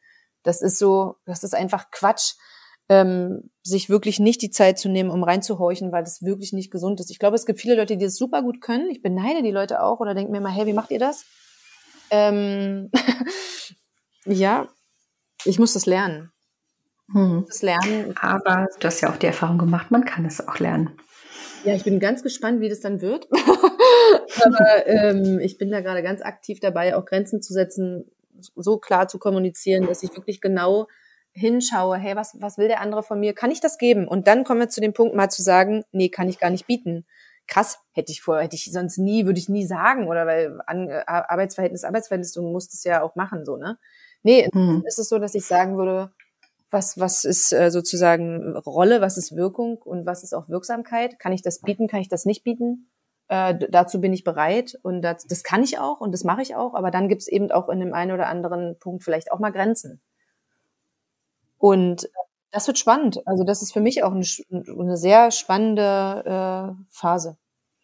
Das ist einfach Quatsch, sich wirklich nicht die Zeit zu nehmen, um reinzuhorchen, weil das wirklich nicht gesund ist. Ich glaube, es gibt viele Leute, die das super gut können. Ich beneide die Leute auch oder denke mir mal, hey, wie macht ihr das? Ja, ich muss das lernen. Das lernen. Aber du hast ja auch die Erfahrung gemacht, man kann es auch lernen. Ja, ich bin ganz gespannt, wie das dann wird. Aber ich bin da gerade ganz aktiv dabei, auch Grenzen zu setzen, so klar zu kommunizieren, dass ich wirklich genau hinschaue, hey, was will der andere von mir? Kann ich das geben? Und dann kommen wir zu dem Punkt, mal zu sagen, nee, kann ich gar nicht bieten. Krass, hätte ich sonst nie, würde ich nie sagen, oder weil Arbeitsverhältnis, du musst es ja auch machen, so, ne? Nee, ist es so, dass ich sagen würde, was ist sozusagen Rolle, was ist Wirkung und was ist auch Wirksamkeit? Kann ich das bieten, kann ich das nicht bieten? Dazu bin ich bereit und das kann ich auch und das mache ich auch, aber dann gibt es eben auch in dem einen oder anderen Punkt vielleicht auch mal Grenzen. Und das wird spannend. Also das ist für mich auch eine sehr spannende Phase.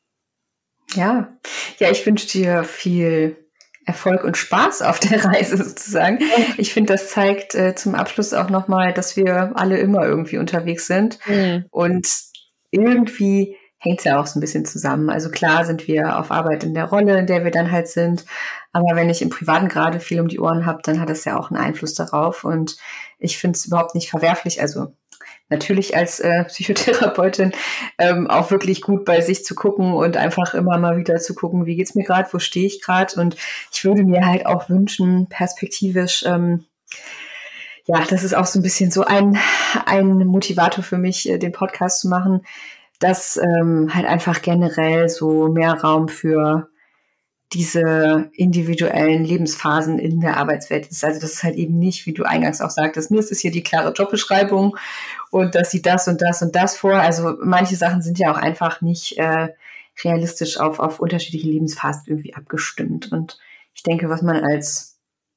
Ja, ich wünsche dir viel Erfolg und Spaß auf der Reise sozusagen. Ich finde, das zeigt zum Abschluss auch nochmal, dass wir alle immer irgendwie unterwegs sind. Und irgendwie hängt es ja auch so ein bisschen zusammen. Also klar sind wir auf Arbeit in der Rolle, in der wir dann halt sind. Aber wenn ich im Privaten gerade viel um die Ohren habe, dann hat das ja auch einen Einfluss darauf. Und ich finde es überhaupt nicht verwerflich. Also natürlich als Psychotherapeutin auch wirklich gut bei sich zu gucken und einfach immer mal wieder zu gucken, wie geht's mir gerade, wo stehe ich gerade. Und ich würde mir halt auch wünschen, perspektivisch, das ist auch so ein bisschen so ein Motivator für mich, den Podcast zu machen, dass halt einfach generell so mehr Raum für diese individuellen Lebensphasen in der Arbeitswelt ist. Also das ist halt eben nicht, wie du eingangs auch sagtest, es ist hier die klare Jobbeschreibung und das sieht das und das und das vor. Also manche Sachen sind ja auch einfach nicht realistisch auf unterschiedliche Lebensphasen irgendwie abgestimmt. Und ich denke, was man als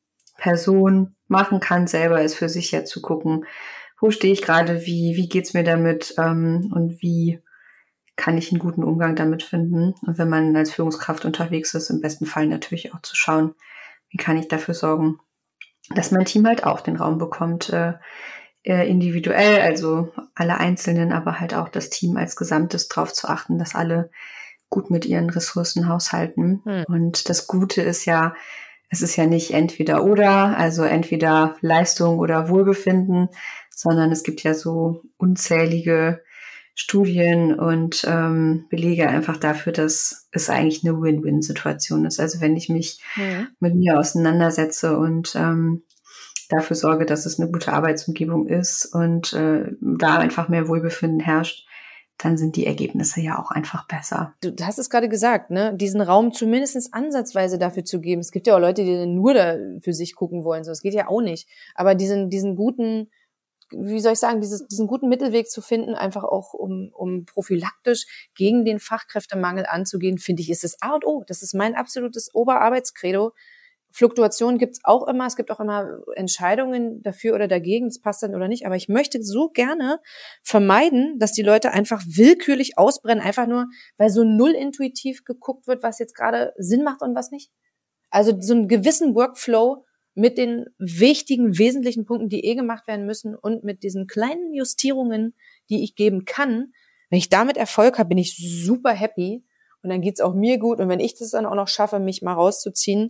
Person machen kann, selber ist für sich ja zu gucken, wo stehe ich gerade, wie geht's mir damit und wie kann ich einen guten Umgang damit finden. Und wenn man als Führungskraft unterwegs ist, im besten Fall natürlich auch zu schauen, wie kann ich dafür sorgen, dass mein Team halt auch den Raum bekommt, individuell, also alle Einzelnen, aber halt auch das Team als Gesamtes darauf zu achten, dass alle gut mit ihren Ressourcen haushalten. Und das Gute ist ja, es ist ja nicht entweder oder, also entweder Leistung oder Wohlbefinden, sondern es gibt ja so unzählige Studien und Belege einfach dafür, dass es eigentlich eine Win-Win-Situation ist. Also wenn ich mich mit mir auseinandersetze und dafür sorge, dass es eine gute Arbeitsumgebung ist und da einfach mehr Wohlbefinden herrscht, dann sind die Ergebnisse ja auch einfach besser. Du hast es gerade gesagt, ne? Diesen Raum zumindest ansatzweise dafür zu geben. Es gibt ja auch Leute, die nur da für sich gucken wollen. So, das geht ja auch nicht. Aber diesen guten, wie soll ich sagen, diesen guten Mittelweg zu finden, einfach auch um prophylaktisch gegen den Fachkräftemangel anzugehen, finde ich, ist das A und O. Das ist mein absolutes Oberarbeitskredo. Fluktuationen gibt's auch immer. Es gibt auch immer Entscheidungen dafür oder dagegen. Das passt dann oder nicht. Aber ich möchte so gerne vermeiden, dass die Leute einfach willkürlich ausbrennen, einfach nur, weil so null intuitiv geguckt wird, was jetzt gerade Sinn macht und was nicht. Also so einen gewissen Workflow mit den wichtigen, wesentlichen Punkten, die gemacht werden müssen und mit diesen kleinen Justierungen, die ich geben kann. Wenn ich damit Erfolg habe, bin ich super happy und dann geht's auch mir gut. Und wenn ich das dann auch noch schaffe, mich mal rauszuziehen,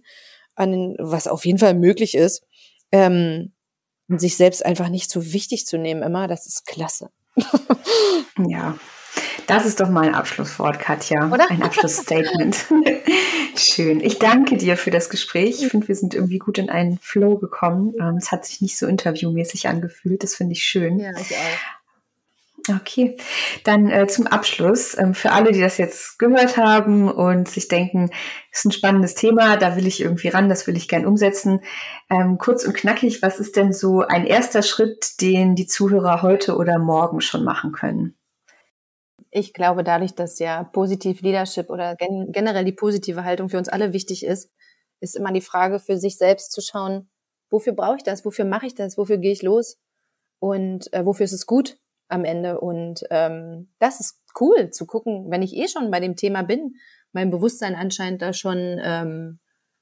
was auf jeden Fall möglich ist, und sich selbst einfach nicht so wichtig zu nehmen immer, das ist klasse. Ja, das ist doch mal ein Abschlusswort, Katja. Oder? Ein Abschlussstatement. Schön. Ich danke dir für das Gespräch. Ich finde, wir sind irgendwie gut in einen Flow gekommen. Es hat sich nicht so interviewmäßig angefühlt. Das finde ich schön. Ja, ich auch. Okay, dann zum Abschluss, für alle, die das jetzt gehört haben und sich denken, ist ein spannendes Thema, da will ich irgendwie ran, das will ich gern umsetzen. Kurz und knackig, was ist denn so ein erster Schritt, den die Zuhörer heute oder morgen schon machen können? Ich glaube, dadurch, dass ja Positive Leadership oder generell die positive Haltung für uns alle wichtig ist immer die Frage für sich selbst zu schauen, wofür brauche ich das, wofür mache ich das, wofür gehe ich los und wofür ist es gut am Ende. Und das ist cool zu gucken, wenn ich schon bei dem Thema bin, mein Bewusstsein anscheinend da schon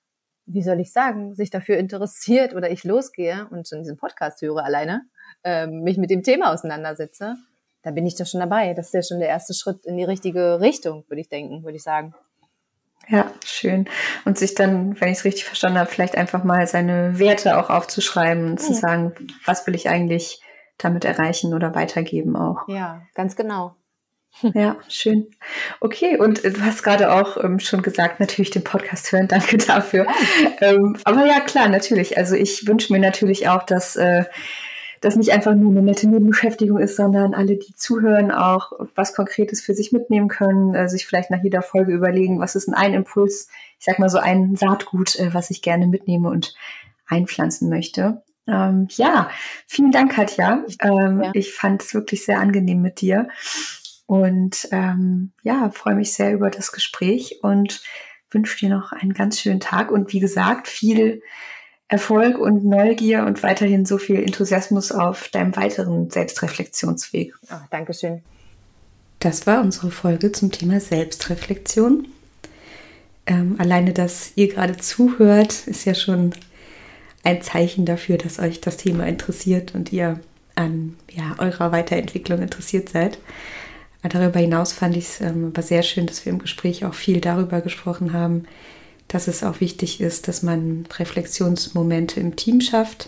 wie soll ich sagen, sich dafür interessiert oder ich losgehe und schon diesen Podcast höre alleine, mich mit dem Thema auseinandersetze, da bin ich doch schon dabei. Das ist ja schon der erste Schritt in die richtige Richtung, würde ich sagen. Ja, schön. Und sich dann, wenn ich es richtig verstanden habe, vielleicht einfach mal seine Werte auch aufzuschreiben und zu sagen, was will ich eigentlich damit erreichen oder weitergeben auch. Ja, ganz genau. Ja, schön. Okay, und du hast gerade auch schon gesagt, natürlich den Podcast hören, danke dafür. Aber ja, klar, natürlich. Also ich wünsche mir natürlich auch, dass das nicht einfach nur eine nette Nebenbeschäftigung ist, sondern alle, die zuhören, auch was Konkretes für sich mitnehmen können, sich vielleicht nach jeder Folge überlegen, was ist denn ein Impuls, ich sag mal so ein Saatgut, was ich gerne mitnehme und einpflanzen möchte. Ja, vielen Dank, Katja. Ich fand es wirklich sehr angenehm mit dir und ja, freue mich sehr über das Gespräch und wünsche dir noch einen ganz schönen Tag und wie gesagt, viel Erfolg und Neugier und weiterhin so viel Enthusiasmus auf deinem weiteren Selbstreflexionsweg. Oh, Dankeschön. Das war unsere Folge zum Thema Selbstreflexion. Alleine, dass ihr gerade zuhört, ist ja schon ein Zeichen dafür, dass euch das Thema interessiert und ihr an eurer Weiterentwicklung interessiert seid. Darüber hinaus fand ich es aber sehr schön, dass wir im Gespräch auch viel darüber gesprochen haben, dass es auch wichtig ist, dass man Reflexionsmomente im Team schafft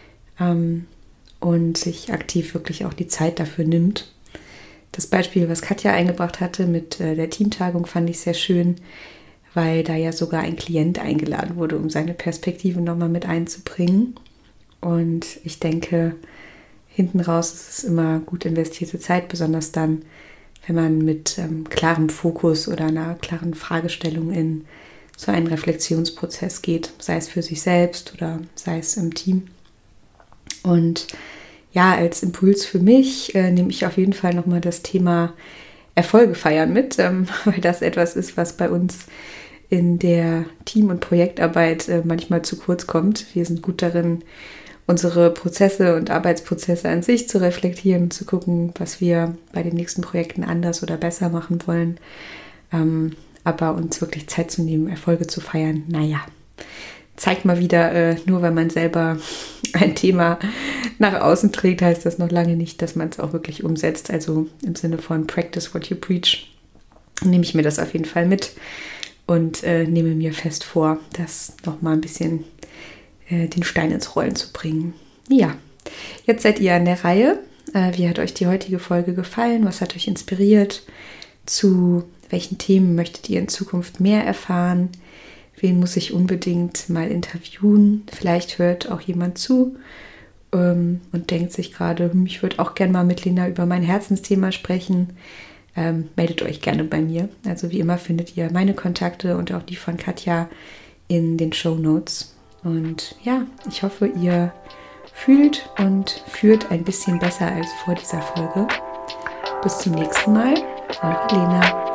und sich aktiv wirklich auch die Zeit dafür nimmt. Das Beispiel, was Katja eingebracht hatte mit der Teamtagung, fand ich sehr schön, weil da ja sogar ein Klient eingeladen wurde, um seine Perspektive nochmal mit einzubringen. Und ich denke, hinten raus ist es immer gut investierte Zeit, besonders dann, wenn man mit klarem Fokus oder einer klaren Fragestellung in so einen Reflexionsprozess geht, sei es für sich selbst oder sei es im Team. Und ja, als Impuls für mich nehme ich auf jeden Fall nochmal das Thema Erfolge feiern mit, weil das etwas ist, was bei uns in der Team- und Projektarbeit manchmal zu kurz kommt. Wir sind gut darin, unsere Prozesse und Arbeitsprozesse an sich zu reflektieren und zu gucken, was wir bei den nächsten Projekten anders oder besser machen wollen. Aber uns wirklich Zeit zu nehmen, Erfolge zu feiern, zeigt mal wieder, nur weil man selber ein Thema nach außen trägt, heißt das noch lange nicht, dass man es auch wirklich umsetzt. Also im Sinne von Practice what you preach, nehme ich mir das auf jeden Fall mit und nehme mir fest vor, das nochmal ein bisschen den Stein ins Rollen zu bringen. Ja, jetzt seid ihr an der Reihe. Wie hat euch die heutige Folge gefallen? Was hat euch inspiriert? Zu welchen Themen möchtet ihr in Zukunft mehr erfahren? Wen muss ich unbedingt mal interviewen? Vielleicht hört auch jemand zu und denkt sich gerade, ich würde auch gerne mal mit Lena über mein Herzensthema sprechen. Meldet euch gerne bei mir. Also wie immer findet ihr meine Kontakte und auch die von Katja in den Shownotes. Und ja, ich hoffe, ihr fühlt und führt ein bisschen besser als vor dieser Folge. Bis zum nächsten Mal. Eure Lena.